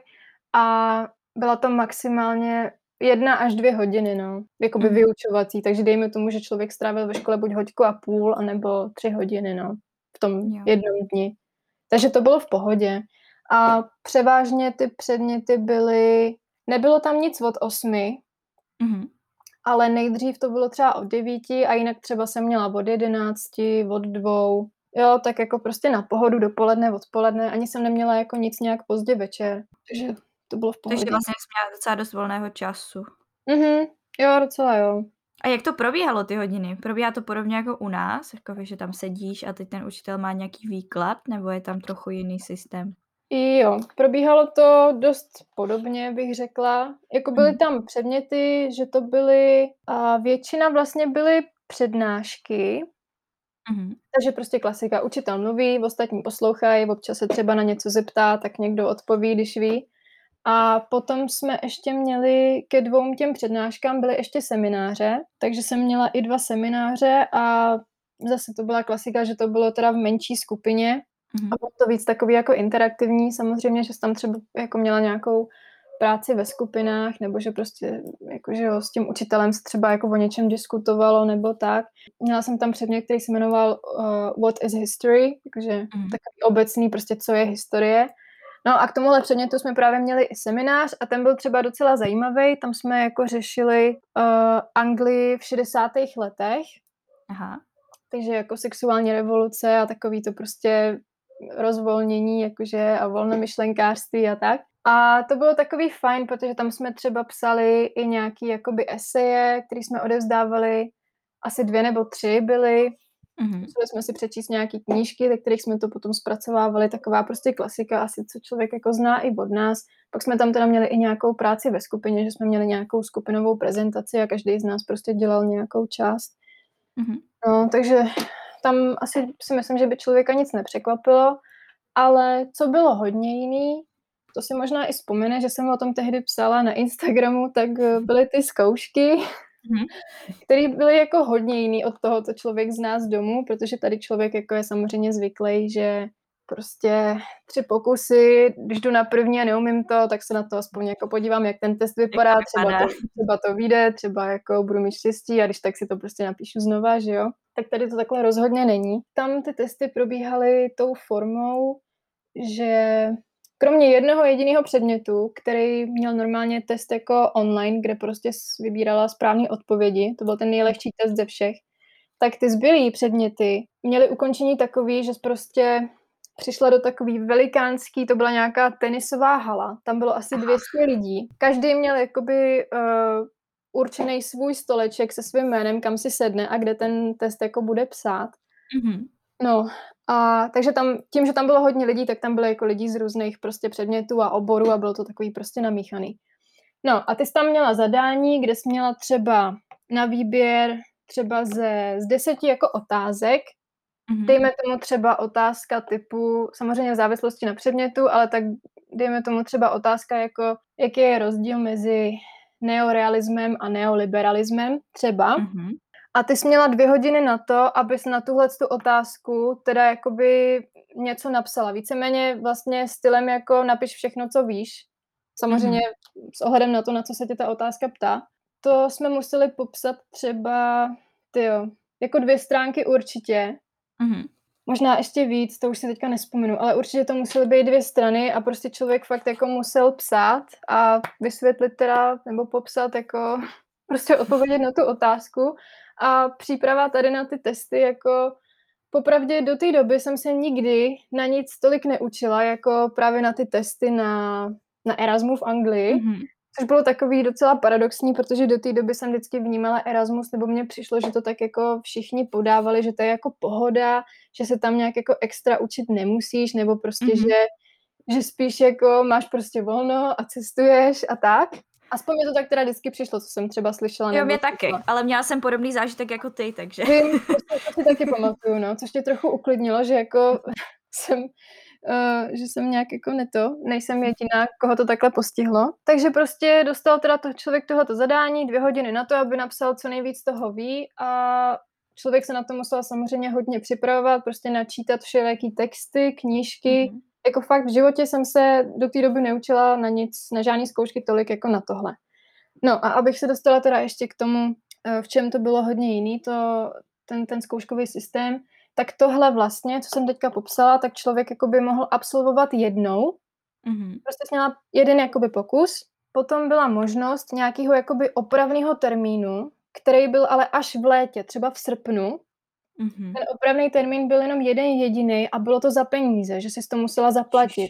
a byla to maximálně jedna až dvě hodiny, no, jakoby mm. vyučovací, takže dejme tomu, že člověk strávil ve škole buď hoďku a půl, anebo tři hodiny, no, v tom jo. jednom dni. Takže to bylo v pohodě. A převážně ty předměty byly, nebylo tam nic od osmi, mm. ale nejdřív to bylo třeba od devíti a jinak třeba jsem měla od jedenácti, od dvou, jo, tak jako prostě na pohodu, dopoledne, odpoledne, ani jsem neměla jako nic nějak pozdě večer, takže to bylo v pohodě. Takže vlastně jsi měla docela dost volného času. Mhm, jo, docela jo. A jak to probíhalo ty hodiny? Probíhá to podobně jako u nás? Jako, že tam sedíš a teď ten učitel má nějaký výklad, nebo je tam trochu jiný systém? Jo, probíhalo to dost podobně, bych řekla. Jako byly hmm. tam předměty, že to byly, a většina vlastně byly přednášky, mm-hmm. takže prostě klasika, učitel mluví, ostatní poslouchají, občas se třeba na něco zeptá, tak někdo odpoví, když ví. A potom jsme ještě měli ke dvou těm přednáškám byly ještě semináře, takže jsem měla i dva semináře a zase to byla klasika, že to bylo teda v menší skupině mm-hmm. a bylo to víc takový jako interaktivní, samozřejmě, že jsem tam třeba jako měla nějakou práci ve skupinách, nebo že prostě jako, že jo, s tím učitelem se třeba jako o něčem diskutovalo, nebo tak. Měla jsem tam předmět, který se jmenoval uh, What is History, jakože mm. takový obecný prostě, co je historie. No a k tomuhle předmětu jsme právě měli i seminář a ten byl třeba docela zajímavý. Tam jsme jako řešili uh, Anglii v šedesátých letech. Aha. Takže jako sexuální revoluce a takový to prostě rozvolnění jakože a volnomyšlenkářství a tak. A to bylo takový fajn, protože tam jsme třeba psali i nějaký jakoby eseje, které jsme odevzdávali, asi dvě nebo tři byly. Mm-hmm. Museli jsme si přečíst nějaký knížky, ze kterých jsme to potom zpracovávali, taková prostě klasika, asi co člověk jako zná i od nás. Pak jsme tam teda měli i nějakou práci ve skupině, že jsme měli nějakou skupinovou prezentaci a každý z nás prostě dělal nějakou část. Mm-hmm. No, takže tam asi si myslím, že by člověka nic nepřekvapilo, ale co bylo hodně jiný, to si možná i vzpomene, že jsem o tom tehdy psala na Instagramu, tak byly ty zkoušky, mm-hmm. které byly jako hodně jiný od toho, co člověk zná z domu, protože tady člověk jako je samozřejmě zvyklý, že prostě tři pokusy, když jdu na první a neumím to, tak se na to aspoň jako podívám, jak ten test vypadá, třeba to, třeba to vyjde, třeba jako budu mít štěstí a když tak si to prostě napíšu znova, že jo. tak tady to takhle rozhodně není. Tam ty testy probíhaly tou formou, že kromě jednoho jediného předmětu, který měl normálně test jako online, kde prostě vybírala správné odpovědi, to byl ten nejlehčí test ze všech, tak ty zbylý předměty měly ukončení takový, že prostě přišla do takový velikánský, to byla nějaká tenisová hala, tam bylo asi dvě stě lidí. Každý měl jakoby uh, určený svůj stoleček se svým jménem, kam si sedne a kde ten test jako bude psát. Mm-hmm. No a takže tam, tím, že tam bylo hodně lidí, tak tam byly jako lidi z různých prostě předmětů a oborů a bylo to takový prostě namíchaný. No a ty jsi tam měla zadání, kde jsi měla třeba na výběr třeba ze, z deseti jako otázek, mm-hmm. dejme tomu třeba otázka typu, samozřejmě v závislosti na předmětu, ale tak dejme tomu třeba otázka jako, jaký je rozdíl mezi neorealismem a neoliberalismem třeba. Mm-hmm. A ty jsi měla dvě hodiny na to, abys na tuhle tu otázku teda jakoby něco napsala. Víceméně vlastně stylem jako napiš všechno, co víš. Samozřejmě mm-hmm. s ohledem na to, na co se tě ta otázka ptá. To jsme museli popsat třeba, tyjo, jako dvě stránky určitě. Mm-hmm. Možná ještě víc, to už si teďka nespomenu, ale určitě to musely být dvě strany a prostě člověk fakt jako musel psát a vysvětlit teda, nebo popsat jako prostě odpovědět na tu otázku. A příprava tady na ty testy, jako popravdě do té doby jsem se nikdy na nic tolik neučila, jako právě na ty testy na, na Erasmu v Anglii, mm-hmm. což bylo takový docela paradoxní, protože do té doby jsem vždycky vnímala Erasmus, nebo mně přišlo, že to tak jako všichni podávali, že to je jako pohoda, že se tam nějak jako extra učit nemusíš, nebo prostě, mm-hmm. že, že spíš jako máš prostě volno a cestuješ a tak. Aspoň mi to tak teda vždycky přišlo, co jsem třeba slyšela. Jo, mě taky, ale měla jsem podobný zážitek jako ty, takže. Vím, to si taky pamatuju, no, což tě trochu uklidnilo, že jako jsem, uh, že jsem nějak jako neto, nejsem jediná, koho to takhle postihlo. Takže prostě dostal teda to, člověk tohoto zadání, dvě hodiny na to, aby napsal co nejvíc toho ví a člověk se na to musel samozřejmě hodně připravovat, prostě načítat všelijaký texty, knížky. Mm-hmm. Jako fakt v životě jsem se do té doby neučila na nic, na žádný zkoušky tolik jako na tohle. No a abych se dostala teda ještě k tomu, v čem to bylo hodně jiný, to, ten, ten zkouškový systém, tak tohle vlastně, co jsem teďka popsala, tak člověk jakoby mohl absolvovat jednou. Mm-hmm. Prostě měla jeden jakoby pokus, potom byla možnost nějakého jakoby opravného termínu, který byl ale až v létě, třeba v srpnu. Mm-hmm. Ten opravný termín byl jenom jeden jediný a bylo to za peníze, že jsi to musela zaplatit.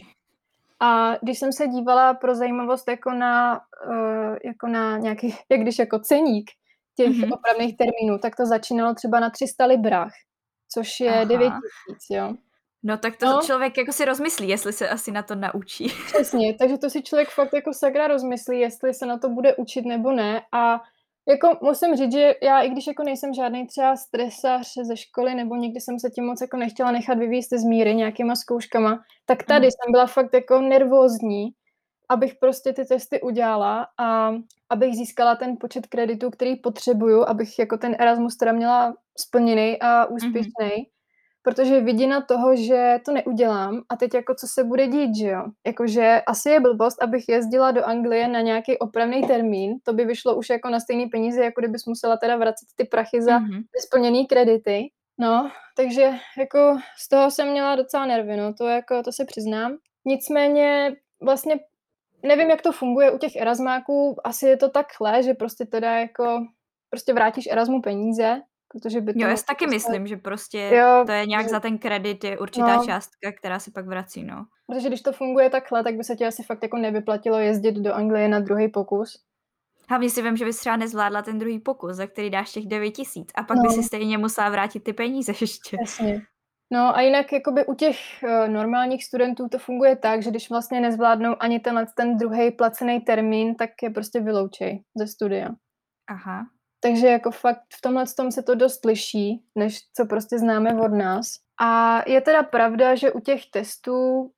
A když jsem se dívala pro zajímavost jako na, uh, jako na nějaký, jak když jako ceník těch mm-hmm. opravných termínů, tak to začínalo třeba na tři sta librách, což je devět tisíc, jo. No tak to no. člověk jako si rozmyslí, jestli se asi na to naučí. Přesně, takže to si člověk fakt jako sakra rozmyslí, jestli se na to bude učit nebo ne. A jako musím říct, že já, i když jako nejsem žádný třeba stresař ze školy, nebo někdy jsem se tím moc jako nechtěla nechat vyvízt z míry nějakýma zkouškama, tak tady mm. jsem byla fakt jako nervózní, abych prostě ty testy udělala a abych získala ten počet kreditů, který potřebuju, abych jako ten Erasmus teda měla splněný a úspěšný. Mm-hmm. Protože vidina toho, že to neudělám a teď jako co se bude dít, že jo? Jakože asi je blbost, abych jezdila do Anglie na nějaký opravný termín, to by vyšlo už jako na stejný peníze, jako kdybys musela teda vracet ty prachy za mm-hmm. nesplněný kredity. No, takže jako z toho jsem měla docela nervy, no, to jako, to se přiznám. Nicméně vlastně nevím, jak to funguje u těch Erasmáků, asi je to takhle, že prostě teda jako prostě vrátíš Erasmu peníze, protože by to... Jo, já si taky prostě... myslím, že prostě jo, to je nějak že... za ten kredit je určitá no, částka, která se pak vrací, no. Protože když to funguje takhle, tak by se ti asi fakt jako nevyplatilo jezdit do Anglie na druhý pokus. Hlavně si vím, že bys třeba nezvládla ten druhý pokus, za který dáš těch devět tisíc a pak no. by si stejně musela vrátit ty peníze ještě. Jasně. No a jinak jakoby u těch uh, normálních studentů to funguje tak, že když vlastně nezvládnou ani tenhle ten druhý placený termín, tak je prostě vyloučej ze studia. Aha. Takže jako fakt v tomhle tom se to dost liší, než co prostě známe od nás. A je teda pravda, že u těch testů,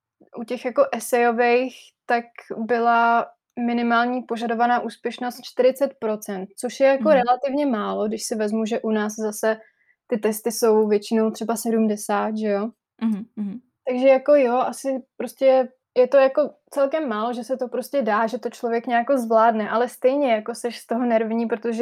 u těch jako esejových, tak byla minimální požadovaná úspěšnost čtyřicet procent, což je jako mm. relativně málo, když si vezmu, že u nás zase ty testy jsou většinou třeba sedmdesát, že jo? Mm. Takže jako jo, asi prostě je to jako celkem málo, že se to prostě dá, že to člověk nějak zvládne, ale stejně jako seš z toho nervní, protože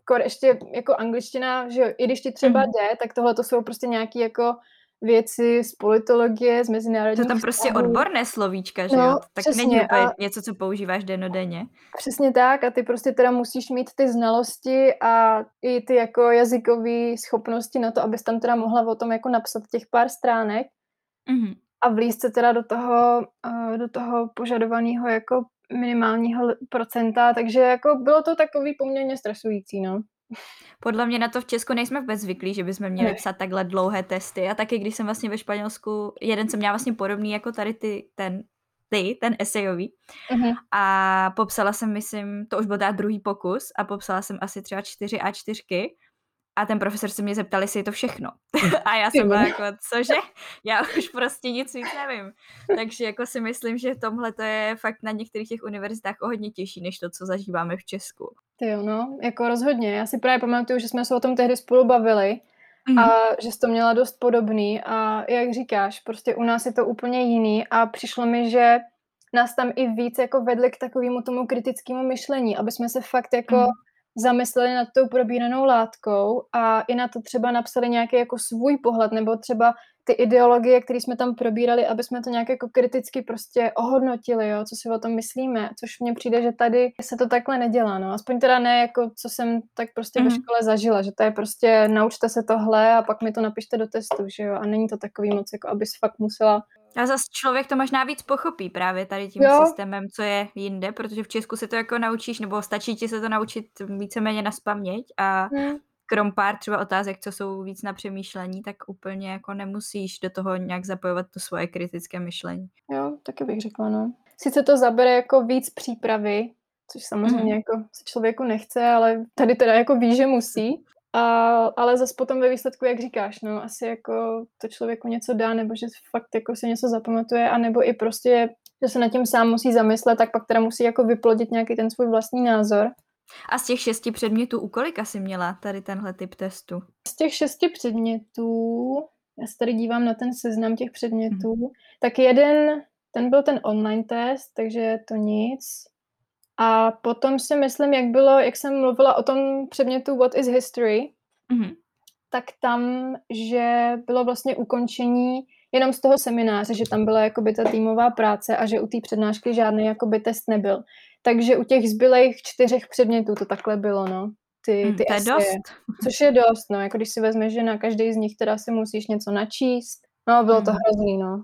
kor ještě jako angličtina, že jo, i když ti třeba Mhm. jde, tak tohle to jsou prostě nějaký jako věci z politologie, z Jsou mezinárodních tam prostě vztahů. odborné slovíčka, že jo? No, To tak není přesně úplně a něco, co používáš dennodenně. přesně tak a ty prostě teda musíš mít ty znalosti a i ty jako jazykové schopnosti na to, abys tam teda mohla o tom jako napsat těch pár stránek Mhm. a vlízt se teda do toho, uh, do toho požadovaného jako minimálního l- procenta, takže jako bylo to takový poměrně stresující, no. Podle mě na to v Česku nejsme vůbec zvyklí, že bychom měli Ne. psat takhle dlouhé testy a taky když jsem vlastně ve Španělsku, jeden jsem měla vlastně podobný jako tady ty, ten, ty, ten esejový Mhm. a popsala jsem, myslím, to už byl teda druhý pokus a popsala jsem asi třeba čtyři á čtyřky a ten profesor se mě zeptal, jestli je to všechno. A já Ty jsem byla vole. jako, cože? Já už prostě nic víc nevím. Takže jako si myslím, že tomhle to je fakt na některých těch univerzitách o hodně těžší, než to, co zažíváme v Česku. Ty jo, no, jako rozhodně. Já si právě pamatuju, že jsme se o tom tehdy spolu bavili a Mhm. že jsi to měla dost podobný a jak říkáš, prostě u nás je to úplně jiný a přišlo mi, že nás tam i víc jako vedli k takovému tomu kritickému myšlení, aby jsme se fakt jako Mhm. zamysleli nad tou probíranou látkou a i na to třeba napsali nějaký jako svůj pohled nebo třeba ty ideologie, které jsme tam probírali, aby jsme to nějak jako kriticky prostě ohodnotili, jo, co si o tom myslíme, což mně přijde, že tady se to takhle nedělá, no, aspoň teda ne jako, co jsem tak prostě ve Mhm. škole zažila, že to je prostě naučte se tohle a pak mi to napište do testu, že jo, a není to takový moc, jako abys fakt musela. A zas člověk to možná víc pochopí právě tady tím Jo. systémem, co je jinde, protože v Česku se to jako naučíš, nebo stačí ti se to naučit víceméně naspaměť a Hmm. krom pár třeba otázek, co jsou víc na přemýšlení, tak úplně jako nemusíš do toho nějak zapojovat to svoje kritické myšlení. Jo, taky bych řekla, no. Sice to zabere jako víc přípravy, což samozřejmě Mhm. jako se člověku nechce, ale tady teda jako ví, že musí. A, ale zase potom ve výsledku, jak říkáš, no, asi jako to člověku něco dá, nebo že fakt jako si něco zapamatuje, anebo i prostě, že se nad tím sám musí zamyslet, tak pak teda musí jako vyplodit nějaký ten svůj vlastní názor. A z těch šesti předmětů u kolika jsi měla tady tenhle typ testu? Z těch šesti předmětů, já se tady dívám na ten seznam těch předmětů, Mhm. tak jeden, ten byl ten online test, takže to nic. A potom si myslím, jak bylo, jak jsem mluvila o tom předmětu What is History, Mhm. tak tam, že bylo vlastně ukončení jenom z toho semináře, že tam byla jakoby ta týmová práce a že u té přednášky žádný jakoby test nebyl. Takže u těch zbylých čtyřech předmětů to takhle bylo, no. Ty, Mhm, ty to je eseje. dost. Což je dost, no. Jako když si vezmeš, že na každý z nich teda si musíš něco načíst. No, bylo to Mhm. hrozný, no.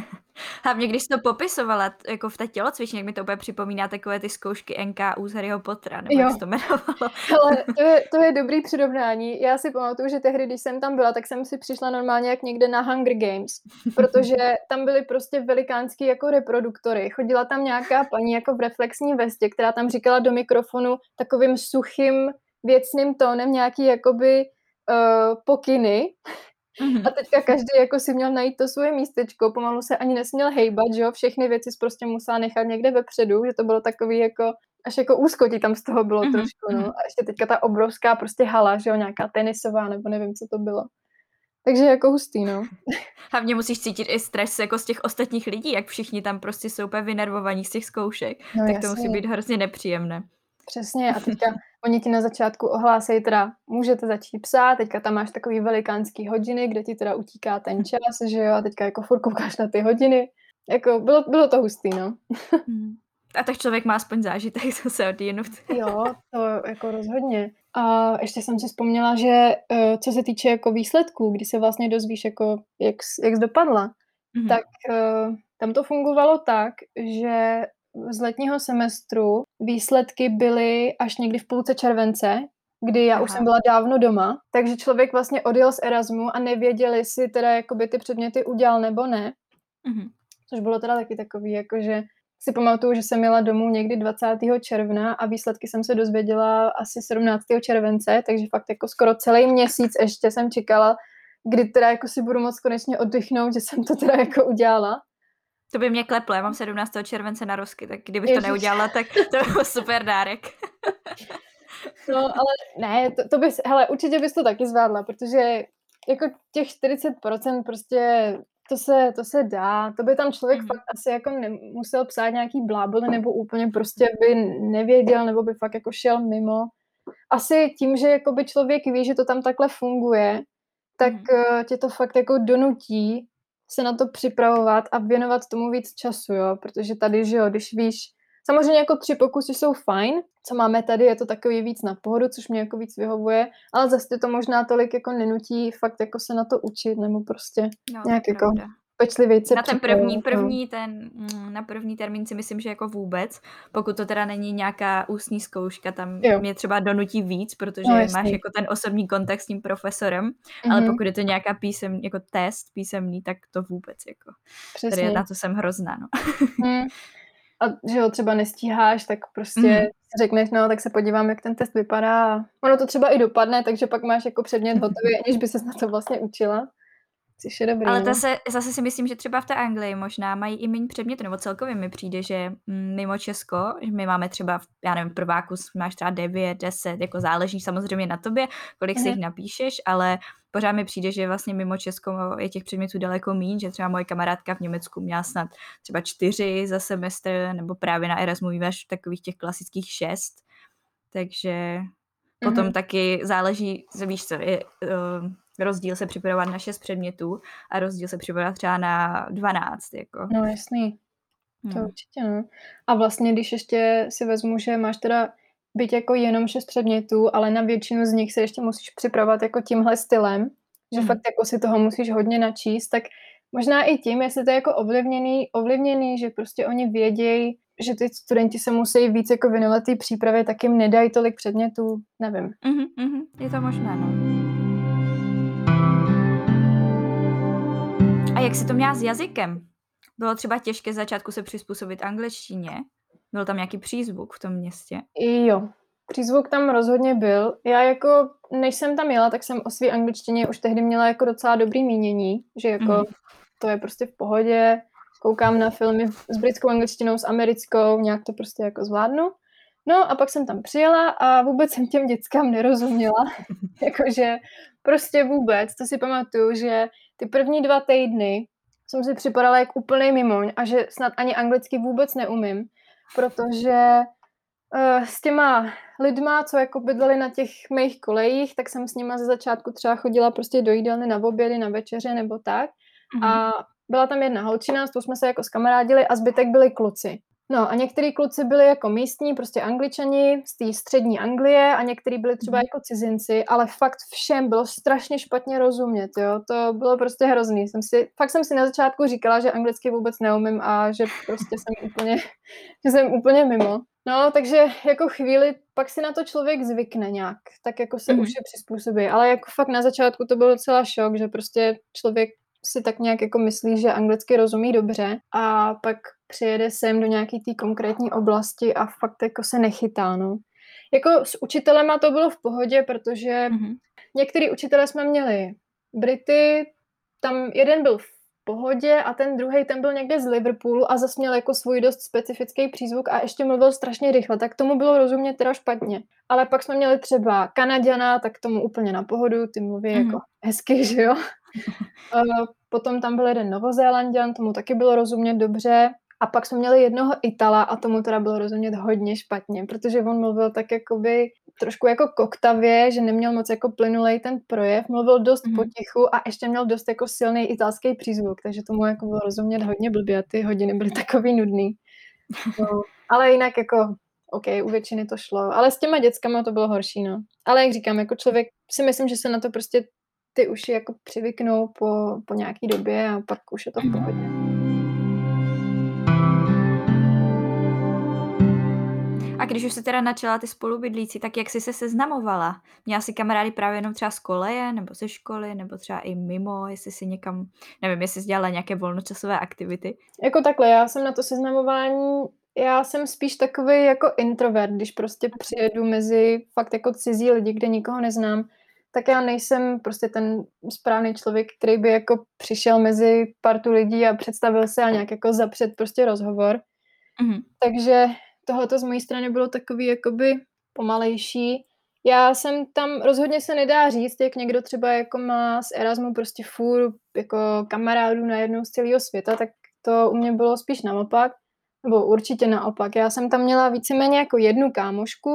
Hlavně když jsi to popisovala t- jako v té tělocvičně, jak mi to úplně připomíná takové ty zkoušky N K U z Harryho Pottera, nebo jak Jo. se to jmenovalo. Ale to je, to je dobrý přirovnání. Já si pamatuju, že tehdy, když jsem tam byla, tak jsem si přišla normálně jak někde na Hunger Games, protože tam byly prostě velikánský jako reproduktory. Chodila tam nějaká paní jako v reflexní vestě, která tam říkala do mikrofonu takovým suchým, věcným tónem nějaký jakoby uh, pokyny. Mhm. A teďka každý jako si měl najít to svoje místečko, pomalu se ani nesměl hejbat, že jo, všechny věci jsi prostě musela nechat někde vepředu, že to bylo takový jako, až jako úzkotí tam z toho bylo Mhm, trošku, no. mhm. A ještě teďka ta obrovská prostě hala, že jo, nějaká tenisová, nebo nevím, co to bylo. Takže jako hustý, no. Hlavně musíš cítit i stres jako z těch ostatních lidí, jak všichni tam prostě jsou úplně vynervovaní z těch zkoušek, No tak to musí jasně. být hrozně nepříjemné. Přesně a teďka oni ti na začátku ohlásejí teda, můžete začít psát, teďka tam máš takový velikánský hodiny, kde ti teda utíká ten čas, že jo, a teďka jako furt koukáš na ty hodiny. Jako bylo, bylo to hustý, no. Mhm. A tak člověk má aspoň zážitek zase odjinut. Jo, to jako rozhodně. A ještě jsem si vzpomněla, že uh, co se týče jako výsledků, kdy se vlastně dozvíš, jako, jak, jsi- jak jsi dopadla, Mhm. tak uh, tam to fungovalo tak, že z letního semestru výsledky byly až někdy v půlce července, kdy já už Aha. jsem byla dávno doma, takže člověk vlastně odjel z Erasmu a nevěděl, jestli teda jakoby ty předměty udělal nebo ne, Mhm. což bylo teda taky takový, jakože si pamatuju, že jsem jela domů někdy dvacátého června a výsledky jsem se dozvěděla asi sedmnáctého července, takže fakt jako skoro celý měsíc ještě jsem čekala, kdy teda jako si budu moc konečně oddychnout, že jsem to teda jako udělala. To by mě kleplo, já mám sedmnáctého července na rozky, tak kdybych Ježiš. to neudělala, tak to by byl super dárek. No, ale ne, to, to bys, hele, určitě bys to taky zvládla, protože jako těch čtyřicet procent prostě to se, to se dá, to by tam člověk Mhm. fakt asi jako nemusel psát nějaký blábol, nebo úplně prostě by nevěděl, nebo by fakt jako šel mimo. asi tím, že jakoby člověk ví, že to tam takhle funguje, tak Mhm. uh, tě to fakt jako donutí se na to připravovat a věnovat tomu víc času, jo, protože tady, že jo, když víš, samozřejmě jako tři pokusy jsou fajn, co máme tady, je to takový víc na pohodu, což mě jako víc vyhovuje, ale zase to možná tolik jako nenutí fakt jako se na to učit, nebo prostě No, nějak to je jako pravda. pečlivěji se Na ten první připravovat, no. první ten mm, na první termín si myslím, že jako vůbec, pokud to teda není nějaká ústní zkouška, tam Jo. mě třeba donutí víc, No protože máš jasný. jako ten osobní kontakt s tím profesorem, ale Mhm. pokud je to nějaká písem jako test písemný, tak to vůbec jako. Tady Přesně. na to jsem hrozná, no. Mm. A že ho třeba nestíháš, tak prostě Mhm. si řekneš, no, tak se podívám, jak ten test vypadá a ono to třeba i dopadne, takže pak máš jako předmět hotový, aniž by ses na to vlastně učila, což je dobrý, Ale no. zase zase si myslím, že třeba v té Anglii možná mají i méně předmětů, nebo celkově mi přijde, že mm, mimo Česko, že my máme třeba, v já nevím, prváku máš třeba devět, deset, jako záleží samozřejmě na tobě, kolik si Mhm. jich napíšeš, ale pořád mi přijde, že vlastně mimo Česko je těch předmětů daleko míň, že třeba moje kamarádka v Německu měla snad třeba čtyři za semestr, nebo právě na Erasmu máš takových těch klasických šest, takže potom Mhm. taky záleží, víš co, je, uh, rozdíl se připravovat na šest předmětů a rozdíl se připravovat třeba na dvanáct, jako. No jasný, to Hmm. určitě, no. A vlastně, když ještě si vezmu, že máš teda byť jako jenom šest předmětů, ale na většinu z nich se ještě musíš připravovat jako tímhle stylem, že Mhm. fakt jako si toho musíš hodně načíst, tak možná i tím, jestli to je jako ovlivněný, ovlivněný, že prostě oni vědějí, že ty studenti se musí víc jako věnovat té přípravě, tak jim nedají tolik předmětů, nevím. Mhm, mhm, je to možné, no. A jak jsi to měla s jazykem? Bylo třeba těžké z začátku se přizpůsobit angličtině? Byl tam nějaký přízvuk v tom městě? I jo, přízvuk tam rozhodně byl. Já jako, než jsem tam jela, tak jsem o své angličtině už tehdy měla jako docela dobrý mínění, že jako Mhm. to je prostě v pohodě, koukám na filmy s britskou angličtinou, s americkou, nějak to prostě jako zvládnu. No a pak jsem tam přijela a vůbec jsem těm dětskám nerozuměla. Jakože prostě vůbec, to si pamatuju, že ty první dva týdny jsem si připadala jak úplnej mimoň a že snad ani anglicky vůbec neumím, protože uh, s těma lidma, co jako bydleli na těch mých kolejích, tak jsem s nima ze začátku třeba chodila prostě do jídelny na obědy, na večeře nebo tak. Mhm. A byla tam jedna holčina, s tou jsme se jako skamarádili a zbytek byli kluci. No a některý kluci byli jako místní, prostě Angličani z té střední Anglie a některý byli třeba Mhm. jako cizinci, ale fakt všem bylo strašně špatně rozumět, jo. To bylo prostě hrozný. Jsem si, fakt jsem si na začátku říkala, že anglicky vůbec neumím a že prostě jsem úplně, že jsem úplně mimo. No, takže jako chvíli pak si na to člověk zvykne nějak, tak jako se Mhm. už je přizpůsobí, ale jako fakt na začátku to byl docela šok, že prostě člověk si tak nějak jako myslí, že anglicky rozumí dobře a pak přijede sem do nějaký té konkrétní oblasti a fakt jako se nechytá, no. Jako s učitelema to bylo v pohodě, protože Mhm. některý učitele jsme měli Brity, tam jeden byl v pohodě a ten druhý ten byl někde z Liverpoolu a zase měl jako svůj dost specifický přízvuk a ještě mluvil strašně rychle, tak tomu bylo rozumět teda špatně. Ale pak jsme měli třeba Kanaďana, tak tomu úplně na pohodu, ty mluví Mhm. jako hezky, že jo. Uh, potom tam byl jeden Novozélanďan, tomu taky bylo rozumět dobře. A pak jsme měli jednoho Itala a tomu teda bylo rozumět hodně špatně, protože on mluvil tak jakoby trošku jako koktavě, že neměl moc jako plynulej ten projev, mluvil dost Mhm. potichu a ještě měl dost jako silný italský přízvuk, takže tomu jako bylo rozumět hodně blbě a ty hodiny byly takový nudný. No, ale jinak jako OK, u většiny to šlo, ale s těma dětskama to bylo horší, no. Ale jak říkám, jako člověk si myslím, že se na to prostě ty uši jako přivyknou po, po nějaký době a pak už je to v pohodě. A když už se teda načala ty spolubydlící, tak jak jsi se seznamovala? Měla jsi kamarády právě jenom třeba z koleje, nebo ze školy, nebo třeba i mimo, jestli si někam, nevím, jestli jsi dělala nějaké volnočasové aktivity? Jako takhle, já jsem na to seznamování, já jsem spíš takový jako introvert, když prostě přijedu mezi fakt jako cizí lidi, kde nikoho neznám, tak já nejsem prostě ten správný člověk, který by jako přišel mezi partu lidí a představil se a nějak jako zapřed prostě rozhovor. Mhm. Takže tohleto z mojí strany bylo takový jakoby pomalejší. Já jsem tam, rozhodně se nedá říct, jak někdo třeba jako má z Erasmu prostě fůr jako kamarádů najednou z celého světa, tak to u mě bylo spíš naopak, nebo určitě naopak. Já jsem tam měla víceméně jako jednu kámošku,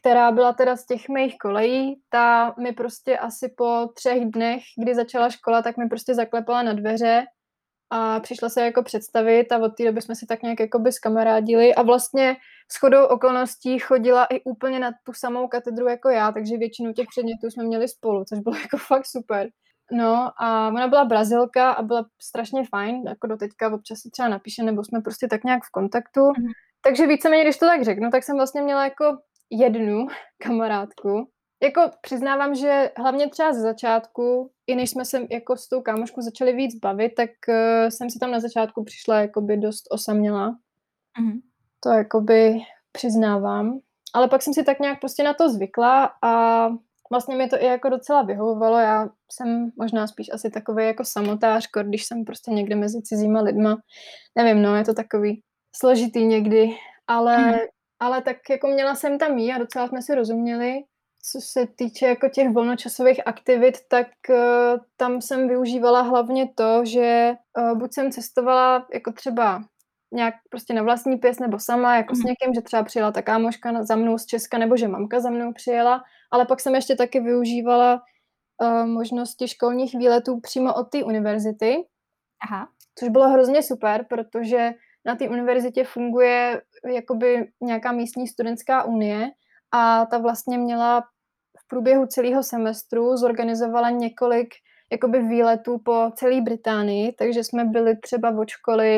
která byla teda z těch mých kolejí, ta mi prostě asi po třech dnech, kdy začala škola, tak mi prostě zaklepala na dveře a přišla se jako představit a od té doby jsme si tak nějak jakoby zkamarádili a vlastně shodou okolností chodila i úplně na tu samou katedru jako já, takže většinu těch předmětů jsme měli spolu, což bylo jako fakt super. No a ona byla Brazilka a byla strašně fajn, jako doteďka občas si třeba napíše, nebo jsme prostě tak nějak v kontaktu. Mm. Takže víceméně, když to tak řeknu, tak jsem vlastně měla jako jednu kamarádku. Jako přiznávám, že hlavně třeba ze začátku, i než jsme se jako s tou kámoškou začali víc bavit, tak uh, jsem si tam na začátku přišla jakoby dost osamělá. Mm. To jakoby přiznávám. Ale pak jsem si tak nějak prostě na to zvykla a vlastně mi to i jako docela vyhovovalo. Já jsem možná spíš asi takový jako samotářko, když jsem prostě někde mezi cizíma lidma. Nevím, no, je to takový složitý někdy, ale, mm. ale tak jako měla jsem tam jí a docela jsme si rozuměli. Co se týče jako těch volnočasových aktivit, tak uh, tam jsem využívala hlavně to, že uh, buď jsem cestovala jako třeba nějak prostě na vlastní pěst nebo sama, jako mm. s někým, že třeba přijela ta kámoška za mnou z Česka, nebo že mamka za mnou přijela, ale pak jsem ještě taky využívala uh, možnosti školních výletů přímo od té univerzity, Aha. Což bylo hrozně super, protože na té univerzitě funguje jakoby nějaká místní studentská unie a ta vlastně měla v průběhu celého semestru zorganizovala několik jakoby výletů po celé Británii, takže jsme byli třeba od školy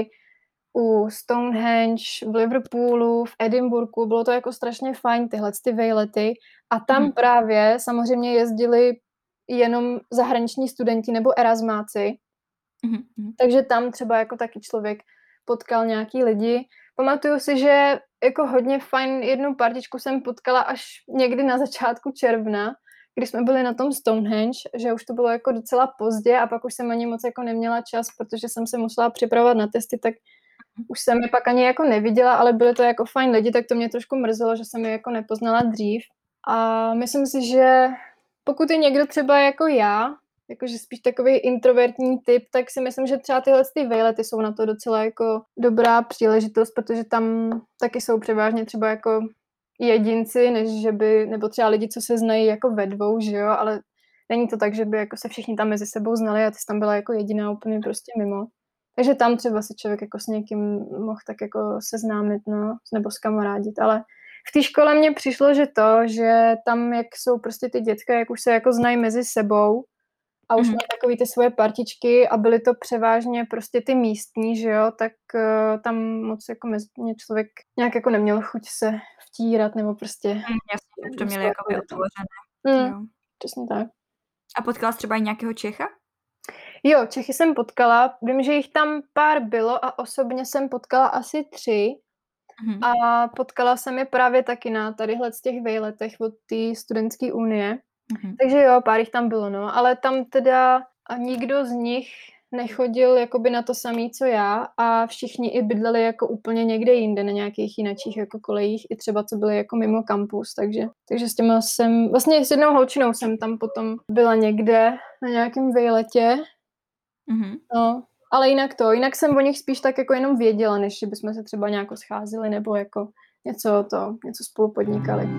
u Stonehenge, v Liverpoolu, v Edinburghu, bylo to jako strašně fajn tyhle ty výlety a tam mm. právě samozřejmě jezdili jenom zahraniční studenti nebo erasmáci, mm. takže tam třeba jako taky člověk potkal nějaký lidi. Pamatuju si, že jako hodně fajn jednu partičku jsem potkala až někdy na začátku června, když jsme byli na tom Stonehenge, že už to bylo jako docela pozdě a pak už jsem ani moc jako neměla čas, protože jsem se musela připravovat na testy, tak už jsem je pak ani jako neviděla, ale byly to jako fajn lidi, tak to mě trošku mrzelo, že jsem je jako nepoznala dřív. A myslím si, že pokud je někdo třeba jako já, jakože spíš takový introvertní typ, tak si myslím, že třeba tyhle ty výlety jsou na to docela jako dobrá příležitost, protože tam taky jsou převážně třeba jako jedinci, než že by, nebo třeba lidi, co se znají jako ve dvou, že jo, ale není to tak, že by jako se všichni tam mezi sebou znali a ty jsi tam byla jako jediná úplně prostě mimo. Takže tam třeba se člověk jako s někým mohl tak jako seznámit, no, nebo skamarádit, ale v té škole mně přišlo, že to, že tam, jak jsou prostě ty dětka, jak už se jako znají mezi sebou a už mm. mají takový ty svoje partičky a byly to převážně prostě ty místní, že jo, tak uh, tam moc jako mezi mě člověk nějak jako neměl chuť se vtírat, nebo prostě... Mm, jasně, to měli jako by otvořené. Mm, jo. Přesně tak. A potkala jsi třeba i nějakého Čecha? Jo, Čechy jsem potkala, vím, že jich tam pár bylo a osobně jsem potkala asi tři mm. a potkala jsem je právě taky na tadyhle z těch vejletech od té studentské unie, mm. takže jo, pár jich tam bylo, no, ale tam teda a nikdo z nich nechodil jakoby na to samý, co já a všichni i bydleli jako úplně někde jinde, na nějakých jinačích jako kolejích, i třeba co byly jako mimo kampus, takže, takže s těma jsem, vlastně s jednou holčinou jsem tam potom byla někde na nějakém vejletě. Mm-hmm. No, ale jinak to, jinak jsem o nich spíš tak jako jenom věděla, než že bychom se třeba nějak scházeli nebo jako něco to, něco spolu podnikali.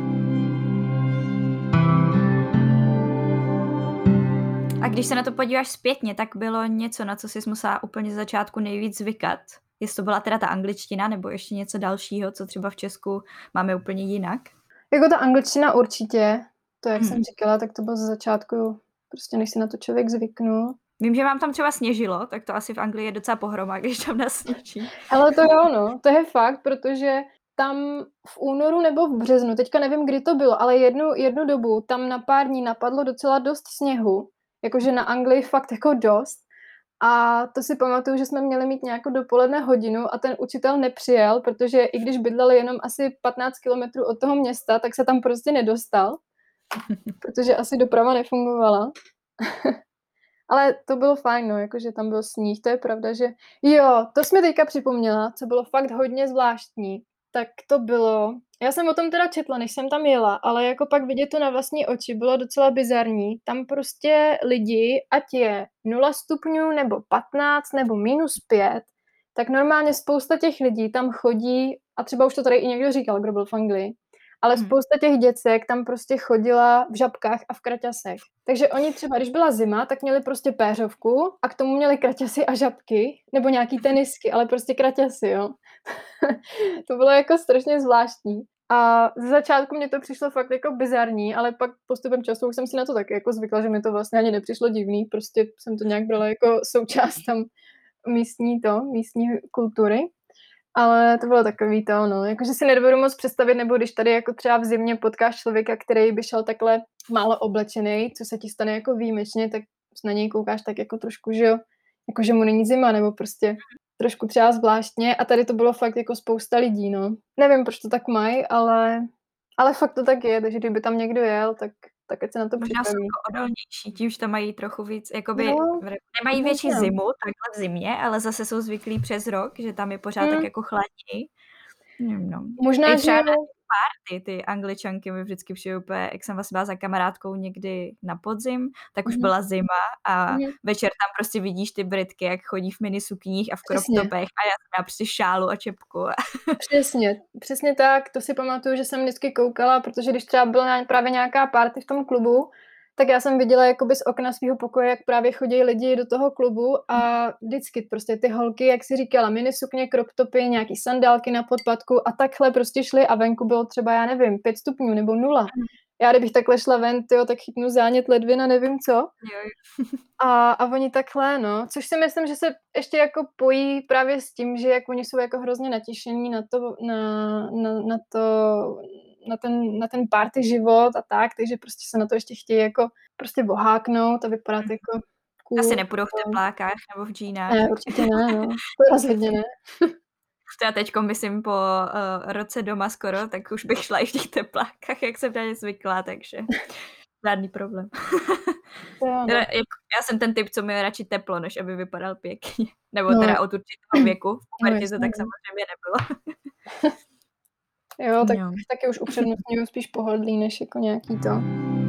A když se na to podíváš zpětně, tak bylo něco, na co jsi musela úplně z začátku nejvíc zvykat? Jestli to byla teda ta angličtina, nebo ještě něco dalšího, co třeba v Česku máme úplně jinak? Jako ta angličtina určitě, to jak hmm. jsem říkala, tak to bylo ze začátku, prostě než si na to člověk zvyknul. Vím, že vám tam třeba sněžilo, tak to asi v Anglii je docela pohroma, když tam nasněží. Ale to jo, no, to je fakt, protože tam v únoru nebo v březnu, teďka nevím, kdy to bylo, ale jednu, jednu dobu tam na pár dní napadlo docela dost sněhu, jakože na Anglii fakt jako dost. A to si pamatuju, že jsme měli mít nějakou dopoledne hodinu a ten učitel nepřijel, protože i když bydleli jenom asi patnáct kilometrů od toho města, tak se tam prostě nedostal, protože asi doprava nefungovala. Ale to bylo fajn, no, jakože tam byl sníh, to je pravda, že jo, to jsi mi teďka připomněla, co bylo fakt hodně zvláštní, tak to bylo, já jsem o tom teda četla, než jsem tam jela, ale jako pak vidět to na vlastní oči bylo docela bizarní, tam prostě lidi, ať je nula stupňů, nebo patnáct, nebo minus pět, tak normálně spousta těch lidí tam chodí, a třeba už to tady i někdo říkal, kdo byl v Anglii, ale Mhm. spousta těch děcek tam prostě chodila v žabkách a v kraťasech. Takže oni třeba, když byla zima, tak měli prostě péřovku a k tomu měli kraťasy a žabky, nebo nějaký tenisky, ale prostě kraťasy, jo. To bylo jako strašně zvláštní. A ze začátku mně to přišlo fakt jako bizarní, ale pak postupem času už jsem si na to taky jako zvykla, že mi to vlastně ani nepřišlo divný, prostě jsem to nějak brala jako součást tam místní to, místní kultury. Ale to bylo takový to, no, jakože si nedovedu moc představit, nebo když tady jako třeba v zimě potkáš člověka, který by šel takhle málo oblečený, co se ti stane jako výjimečně, tak na něj koukáš tak jako trošku, že jo, jako že mu není zima, nebo prostě trošku třeba zvláštně a tady to bylo fakt jako spousta lidí, no. Nevím, proč to tak mají, ale, ale fakt to tak je, takže kdyby tam někdo jel, tak, tak ať se na to Možná jsou připraví. jako odolnější, tím, že tam mají trochu víc, jakoby No, v- nemají větší možná. zimu, takhle v zimě, ale zase jsou zvyklí přes rok, že tam je pořád tak Hmm, jako chladněji. Nevím, no. možná, I že třeba na jo. ty, ty Angličanky mi vždycky přijde úplně, jak jsem vlastně byla za kamarádkou někdy na podzim, tak už Mhm, byla zima a mhm, večer tam prostě vidíš ty Britky, jak chodí v minisukních a v crop přesně. topech a já jsem měla prostě šálu a čepku. Přesně, přesně tak, to si pamatuju, že jsem vždycky koukala, protože když třeba byla ně- právě nějaká party v tom klubu, tak já jsem viděla jakoby z okna svého pokoje, jak právě chodí lidi do toho klubu a vždycky prostě ty holky, jak si říkala, minisukně, crop topy, nějaký sandálky na podpatku a takhle prostě šly a venku bylo třeba, já nevím, pět stupňů nebo nula. Já kdybych takhle šla ven, tyjo, tak chytnu zánět ledvin a nevím co. Jo, jo. A, a oni takhle, no, což si myslím, že se ještě jako pojí právě s tím, že jak oni jsou jako hrozně natěšení na to, na, na, na to, na ten, na ten party život a tak, takže prostě se na to ještě chtějí jako prostě boháknout a vypadat Mhm. jako cool. Asi nepůjdou v No. teplákách nebo v džínách. Ne, určitě ne, no. To rozhodně ne. To já teďko myslím po uh, roce doma skoro, tak už bych šla i v těch teplákách, jak jsem na ně zvyklá, takže žádný problém. To jo, Teda, no. jako, já jsem ten typ, co mi radši teplo, než aby vypadal pěkně. Nebo No, teda od určitého věku. V no pubertě to jasně, tak no. samozřejmě nebylo. Jo, tak Jo. taky už upřednostňuju spíš pohodlí, než jako nějaký to.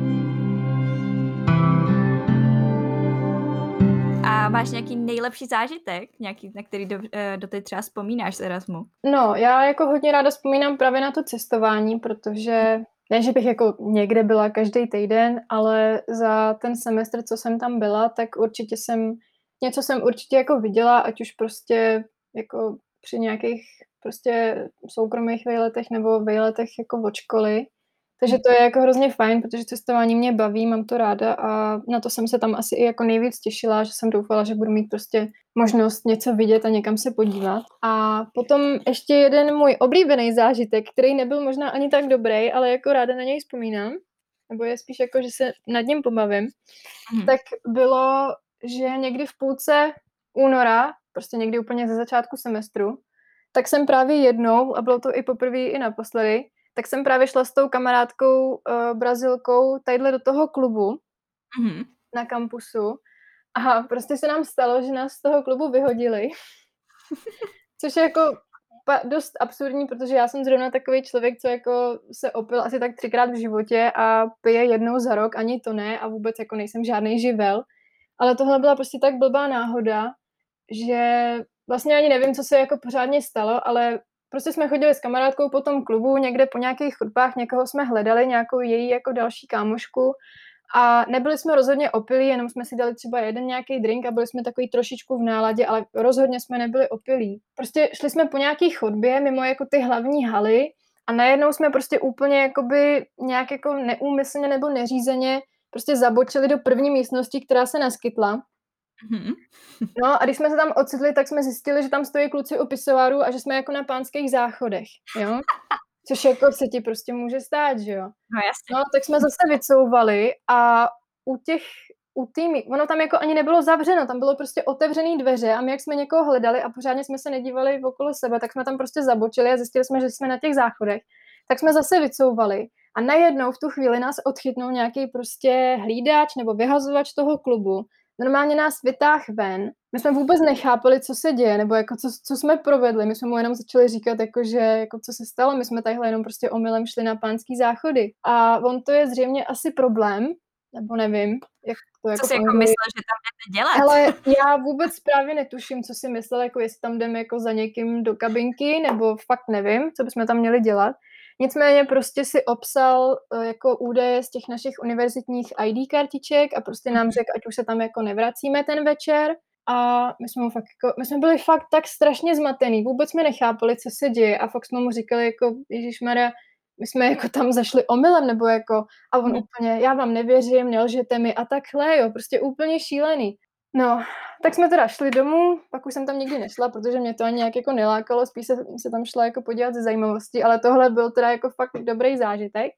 A máš nějaký nejlepší zážitek, nějaký, na který do, eh, doteď třeba vzpomínáš z Erasmu? No, já jako hodně ráda vzpomínám právě na to cestování, protože ne, že bych jako někde byla každý týden, ale za ten semestr, co jsem tam byla, tak určitě jsem, něco jsem určitě jako viděla, ať už prostě jako při nějakých prostě soukromých výletech nebo výletech jako od školy. Takže to je jako hrozně fajn, protože cestování mě baví, mám to ráda a na to jsem se tam asi i jako nejvíc těšila, že jsem doufala, že budu mít prostě možnost něco vidět a někam se podívat. A potom ještě jeden můj oblíbený zážitek, který nebyl možná ani tak dobrý, ale jako ráda na něj vzpomínám, nebo je spíš jako, že se nad ním pobavím, Mhm. tak bylo, že někdy v půlce února, prostě někdy úplně ze začátku semestru, tak jsem právě jednou, a bylo to i poprvé, i naposledy, tak jsem právě šla s tou kamarádkou uh, Brazilkou tadyhle do toho klubu Mhm. na kampusu a prostě se nám stalo, že nás z toho klubu vyhodili, což je jako pa, dost absurdní, protože já jsem zrovna takový člověk, co jako se opil asi tak třikrát v životě a pije jednou za rok, ani to ne a vůbec jako nejsem žádný živel, ale tohle byla prostě tak blbá náhoda, že vlastně ani nevím, co se jako pořádně stalo, ale prostě jsme chodili s kamarádkou po tom klubu, někde po nějakých chodbách, někoho jsme hledali, nějakou její jako další kámošku a nebyli jsme rozhodně opilí, jenom jsme si dali třeba jeden nějaký drink a byli jsme takový trošičku v náladě, ale rozhodně jsme nebyli opilí. Prostě šli jsme po nějaký chodbě mimo jako ty hlavní haly a najednou jsme prostě úplně jakoby nějak jako neúmyslně nebo neřízeně prostě zabočili do první místnosti, která se naskytla. Mhm. No a když jsme se tam ocitli, tak jsme zjistili, že tam stojí kluci u pisoáru a že jsme jako na pánských záchodech, jo? Což jako se ti prostě může stát, že jo? No jasně. No, tak jsme zase vycouvali a u těch, u tými, ono tam jako ani nebylo zavřeno, tam bylo prostě otevřený dveře a my jak jsme někoho hledali a pořádně jsme se nedívali okolo sebe, tak jsme tam prostě zabočili a zjistili jsme, že jsme na těch záchodech. Tak jsme zase vycouvali a najednou v tu chvíli nás odchytnul nějaký prostě hlídač nebo vyhazovač toho klubu. Normálně nás vytáhl ven. My jsme vůbec nechápali, co se děje, nebo jako co, co jsme provedli. My jsme mu jenom začali říkat, jako, že jako co se stalo. My jsme tadyhle jenom prostě omylem šli na pánský záchody. A on to je zřejmě asi problém, nebo nevím, jak to jako Co jsi jako Anglii... myslel, že tam jdete dělat? Ale já vůbec právě netuším, co si myslel, jako jestli tam jdeme jako za někým do kabinky, nebo fakt nevím, co bychom tam měli dělat. Nicméně prostě si obsal uh, jako údaje z těch našich univerzitních í dé kartiček a prostě nám řekl, ať už se tam jako nevracíme ten večer. A my jsme, mu fakt jako, my jsme byli fakt tak strašně zmatený, vůbec jsme nechápali, co se děje a fakt jsme mu říkali jako, ježišmarja, my jsme jako tam zašli omylem, nebo jako, a on úplně, já vám nevěřím, nelžete mi a takhle, jo, prostě úplně šílený. No, tak jsme teda šli domů, pak už jsem tam nikdy nešla, protože mě to ani nějak jako nelákalo, spíš se, se tam šla jako podívat ze zajímavosti, ale tohle byl teda jako fakt dobrý zážitek.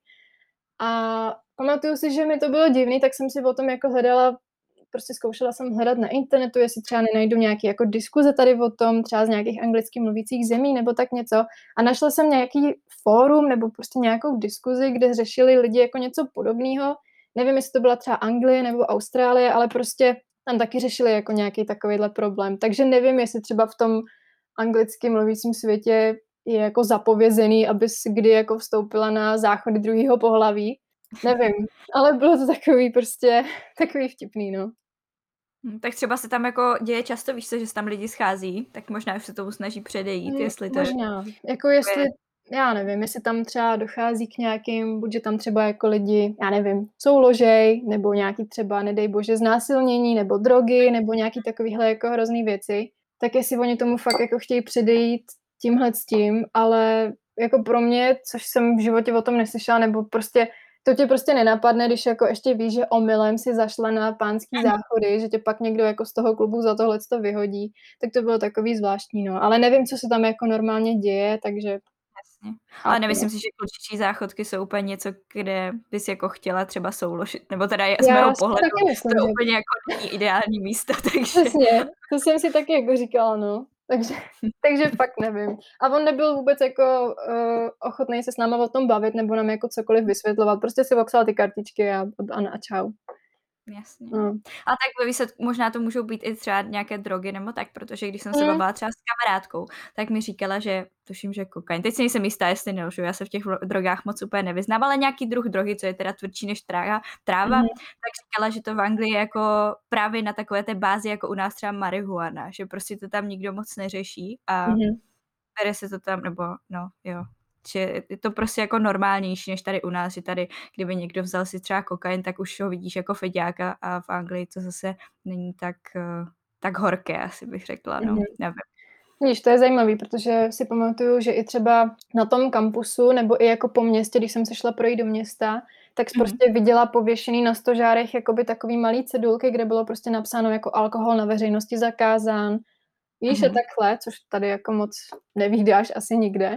A pamatuju si, že mi to bylo divný, tak jsem si o tom jako hledala, prostě zkoušela jsem hledat na internetu, jestli třeba nenajdu nějaké jako diskuze tady o tom, třeba z nějakých anglicky mluvících zemí nebo tak něco. A našla jsem nějaký fórum nebo prostě nějakou diskuzi, kde řešili lidi jako něco podobného. Nevím, jestli to byla třeba Anglie nebo Austrálie, ale prostě tam taky řešili jako nějaký takovýhle problém. Takže nevím, jestli třeba v tom anglicky mluvícím světě je jako zapovězený, abys kdy jako vstoupila na záchody druhého pohlaví. Nevím, ale bylo to takový prostě, takový vtipný, no. Hm, tak třeba se tam jako děje často, víš co, že se tam lidi schází, tak možná už se tomu snaží předejít, Mm, jestli to možná. Jako jestli, já nevím, jestli tam třeba dochází k nějakým, buď že tam třeba jako lidi, já nevím, souložej, nebo nějaký třeba, nedej bože, znásilnění, nebo drogy, nebo nějaký takovýhle jako hrozný věci, tak jestli oni tomu fakt jako chtějí předejít tímhle s tím, ale jako pro mě, což jsem v životě o tom neslyšela, nebo prostě to tě prostě nenapadne, když jako ještě víš, že omylem si zašla na pánský záchody, že tě pak někdo jako z toho klubu za tohle to vyhodí, tak to bylo takový zvláštní, no. Ale nevím, co se tam jako normálně děje, takže... Jasně. Ale nemyslím si, že klučičí záchodky jsou úplně něco, kde bys jako chtěla třeba souložit, nebo teda z mého pohledu taky myslím, to že... úplně jako není ideální místo, takže... Přesně, to jsem si taky jako říkala, no. Takže, takže fakt nevím. A on nebyl vůbec jako uh, ochotný se s náma o tom bavit nebo nám jako cokoliv vysvětlovat. Prostě si opsal ty kartičky a, a, a čau. Jasně. No. A tak ve výsledku možná to můžou být i třeba nějaké drogy nebo tak, protože když jsem se bavila třeba s kamarádkou, tak mi říkala, že tuším, že kokain. Teď si nejsem jistá, jestli nelžu, já se v těch drogách moc úplně nevyznám, ale nějaký druh drogy, co je teda tvrdší než tráva, tráva Mhm. tak říkala, že to v Anglii je jako právě na takové té bázi, jako u nás třeba marihuana, že prostě to tam nikdo moc neřeší a Mhm. bere se to tam, nebo no, jo. Že je to prostě jako normálnější než tady u nás, že tady, kdyby někdo vzal si třeba kokain, tak už ho vidíš jako feďáka a v Anglii to zase není tak, uh, tak horké, asi bych řekla, no, Mhm. nevím. Víš, to je zajímavý, protože si pamatuju, že i třeba na tom kampusu, nebo i jako po městě, když jsem se šla projít do města, tak jsi Mhm. prostě viděla pověšený na stožárech jakoby takový malý cedulky, kde bylo prostě napsáno jako alkohol na veřejnosti zakázán. Víš, Mhm. je takhle, což tady jako moc nevídáš asi nikde.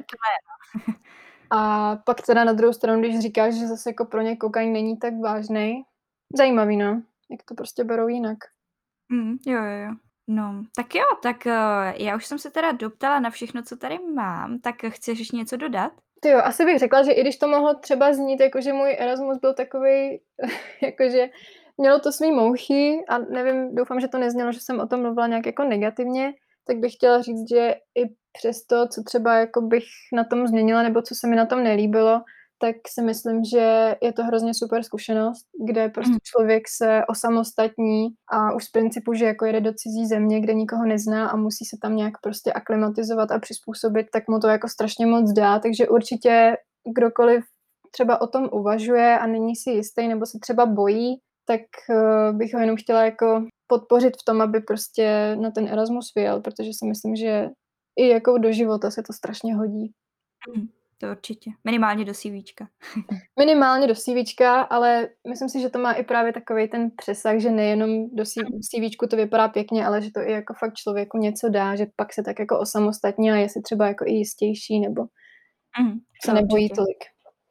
A pak teda na druhou stranu, když říkáš, že zase jako pro ně kokain není tak vážnej, zajímavý, no, jak to prostě berou jinak. Mm, jo, jo, jo. No, tak jo, tak uh, já už jsem se teda doptala na všechno, co tady mám, tak chceš ještě něco dodat? Ty jo, asi bych řekla, že i když to mohlo třeba znít, jako že můj Erasmus byl takový, jakože mělo to svý mouchy a nevím, doufám, že to neznělo, že jsem o tom mluvila nějak jako negativně, tak bych chtěla říct, že i přesto, co třeba jako bych na tom změnila nebo co se mi na tom nelíbilo, tak si myslím, že je to hrozně super zkušenost, kde prostě Mhm. člověk se osamostatní a už z principu, že jako jede do cizí země, kde nikoho nezná a musí se tam nějak prostě aklimatizovat a přizpůsobit, tak mu to jako strašně moc dá, takže určitě kdokoliv třeba o tom uvažuje a není si jistý nebo se třeba bojí, tak uh, bych ho jenom chtěla jako podpořit v tom, aby prostě na ten Erasmus vyjel, protože si myslím, že i jako do života se to strašně hodí. Mm, to určitě. Minimálně do CVčka. Minimálně do CVčka, ale myslím si, že to má i právě takovej ten přesah, že nejenom do CVčku to vypadá pěkně, ale že to i jako fakt člověku něco dá, že pak se tak jako osamostatní a je si třeba jako i jistější nebo Mm, se to nebojí určitě. tolik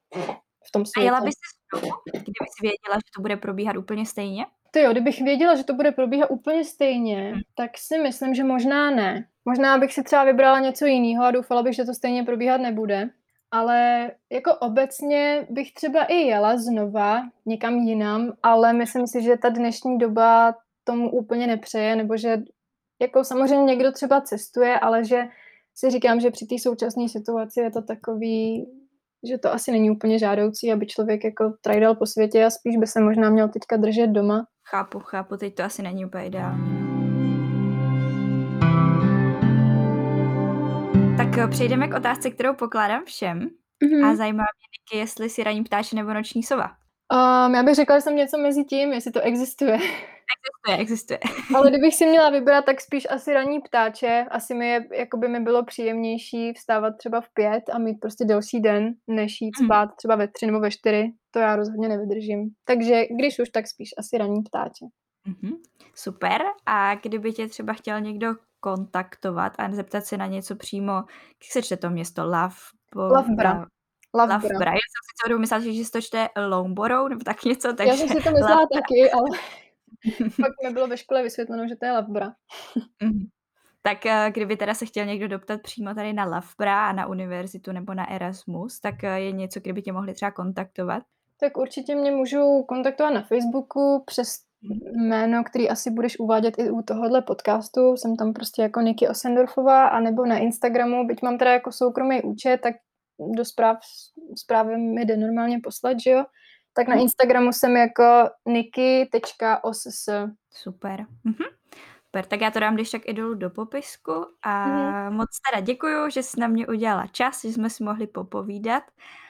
v tom A světě. jela bys znovu, kdyby jsi věděla, že to bude probíhat úplně stejně? Ty jo, kdybych věděla, že to bude probíhat úplně stejně, Hm. tak si myslím, že možná ne. Možná bych si třeba vybrala něco jiného a doufala bych, že to stejně probíhat nebude. Ale jako obecně bych třeba i jela znova někam jinam, ale myslím si, že ta dnešní doba tomu úplně nepřeje, nebo že jako samozřejmě někdo třeba cestuje, ale že si říkám, že při té současné situaci je to takový, že to asi není úplně žádoucí, aby člověk jako trajdal po světě a spíš by se možná měl teďka držet doma. Chápu, chápu, teď to asi není úplně ideální. No. Tak přejdeme k otázce, kterou pokládám všem. Mm-hmm. A zajímá mě, Niky, jestli jsi ranní ptáče nebo noční sova. Um, já bych řekla, že jsem něco mezi tím, jestli to existuje. Existuje, existuje. Ale kdybych si měla vybrat, tak spíš asi ranní ptáče. Asi mi je, jako by mi bylo příjemnější vstávat třeba v pět a mít prostě delší den, než jít spát mm. třeba ve tři nebo ve čtyři. To já rozhodně nevydržím. Takže když už, tak spíš asi ranní ptáče. Mm-hmm. Super. A kdyby tě třeba chtěl někdo kontaktovat a zeptat se na něco přímo, jak se čte to město? Love... Loughborough. Loughborough. Já jsem si celou dobu myslela, že se to čte Loughborough nebo tak něco. Takže já jsem si to myslela Loughborough. Taky, ale pak mi bylo ve škole vysvětleno, že to je Loughborough. Mm-hmm. Tak kdyby teda se chtěl někdo doptat přímo tady na Loughborough a na univerzitu nebo na Erasmus, tak je něco, kdyby tě mohli třeba kontaktovat? Tak určitě mě můžou kontaktovat na Facebooku přes jméno, který asi budeš uvádět i u tohohle podcastu. Jsem tam prostě jako Niky Osendorfová, anebo na Instagramu, byť mám teda jako soukromý účet, tak do zpráv, zprávy mi jde normálně poslat, že jo? Tak na Instagramu jsem jako niky tečka oss. Super. Mhm. Super, tak já to dám když tak i dolů do popisku a mm. moc teda děkuju, že jsi na mě udělala čas, že jsme si mohli popovídat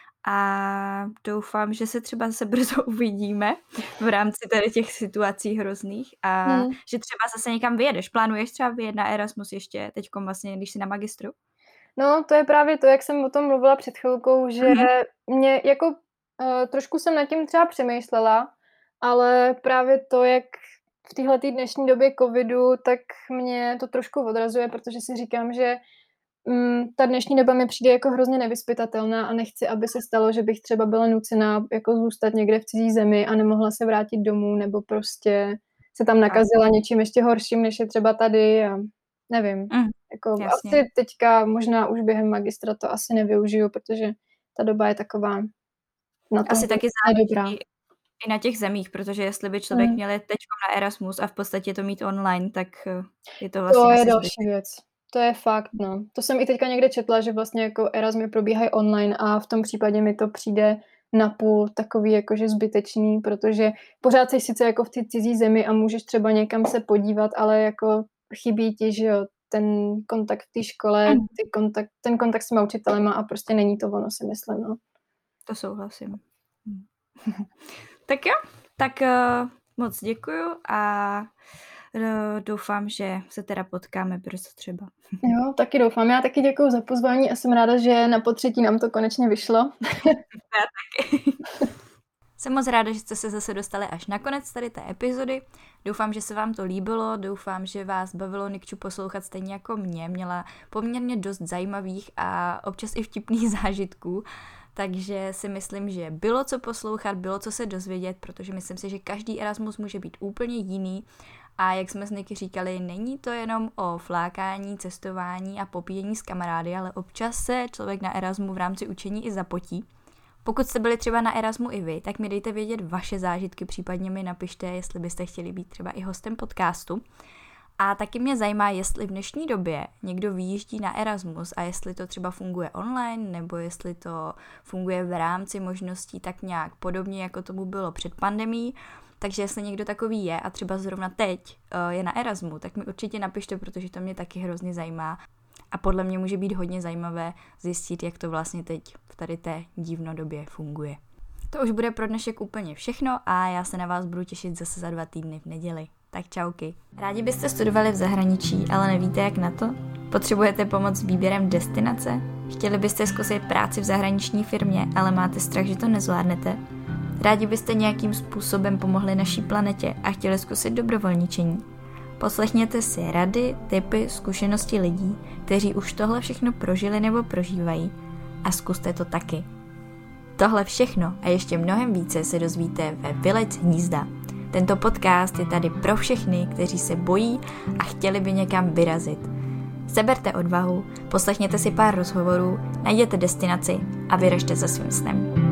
a doufám, že se třeba zase brzo uvidíme v rámci tady těch situací hrozných a mm. že třeba zase někam vyjedeš. Plánuješ třeba vyjet na Erasmus ještě teďkom vlastně, když jsi na magistru? No, to je právě to, jak jsem o tom mluvila před chvilkou, že mm. mě jako uh, trošku jsem nad tím třeba přemýšlela, ale právě to, jak v téhletý dnešní době covidu, tak mě to trošku odrazuje, protože si říkám, že mm, ta dnešní doba mi přijde jako hrozně nevyzpytatelná a nechci, aby se stalo, že bych třeba byla nucená jako zůstat někde v cizí zemi a nemohla se vrátit domů, nebo prostě se tam nakazila něčím ještě horším, než je třeba tady a nevím. Mm, jako asi teďka možná už během magistra to asi nevyužiju, protože ta doba je taková na to asi taky záleží i na těch zemích, protože jestli by člověk hmm. měl teď na Erasmus a v podstatě to mít online, tak je to vlastně... To je další zbyt. věc. To je fakt, no. To jsem i teďka někde četla, že vlastně jako Erasmy probíhají online a v tom případě mi to přijde napůl takový jakože zbytečný, protože pořád jsi sice jako v té cizí zemi a můžeš třeba někam se podívat, ale jako chybí ti, že jo, ten kontakt v té škole, hmm. ty kontakt, ten kontakt s těma učitelema a prostě není to ono, si myslím, no. To souhlasím. Tak jo, tak uh, moc děkuju a uh, doufám, že se teda potkáme brzo třeba. Jo, taky doufám. Já taky děkuju za pozvání a jsem ráda, že na potřetí nám to konečně vyšlo. Já taky. Jsem moc ráda, že jste se zase dostali až na konec tady té epizody. Doufám, že se vám to líbilo, doufám, že vás bavilo Nikču poslouchat stejně jako mě. Měla poměrně dost zajímavých a občas i vtipných zážitků. Takže si myslím, že bylo co poslouchat, bylo co se dozvědět, protože myslím si, že každý Erasmus může být úplně jiný a jak jsme s Niky říkali, není to jenom o flákání, cestování a popíjení s kamarády, ale občas se člověk na Erasmu v rámci učení i zapotí. Pokud jste byli třeba na Erasmu i vy, tak mi dejte vědět vaše zážitky, případně mi napište, jestli byste chtěli být třeba i hostem podcastu. A taky mě zajímá, jestli v dnešní době někdo vyjíždí na Erasmus a jestli to třeba funguje online, nebo jestli to funguje v rámci možností tak nějak podobně, jako tomu bylo před pandemií. Takže jestli někdo takový je a třeba zrovna teď uh, je na Erasmu, tak mi určitě napište, protože to mě taky hrozně zajímá. A podle mě může být hodně zajímavé zjistit, jak to vlastně teď v tady té divnodobě funguje. To už bude pro dnešek úplně všechno a já se na vás budu těšit zase za dva týdny v neděli. Tak čauky. Rádi byste studovali v zahraničí, ale nevíte jak na to? Potřebujete pomoc s výběrem destinace? Chtěli byste zkusit práci v zahraniční firmě, ale máte strach, že to nezvládnete? Rádi byste nějakým způsobem pomohli naší planetě a chtěli zkusit dobrovolničení? Poslechněte si rady, tipy, zkušenosti lidí, kteří už tohle všechno prožili nebo prožívají a zkuste to taky. Tohle všechno a ještě mnohem více se dozvíte ve Vylec hnízda. Tento podcast je tady pro všechny, kteří se bojí a chtěli by někam vyrazit. Seberte odvahu, poslechněte si pár rozhovorů, najděte destinaci a vyražte za svým snem.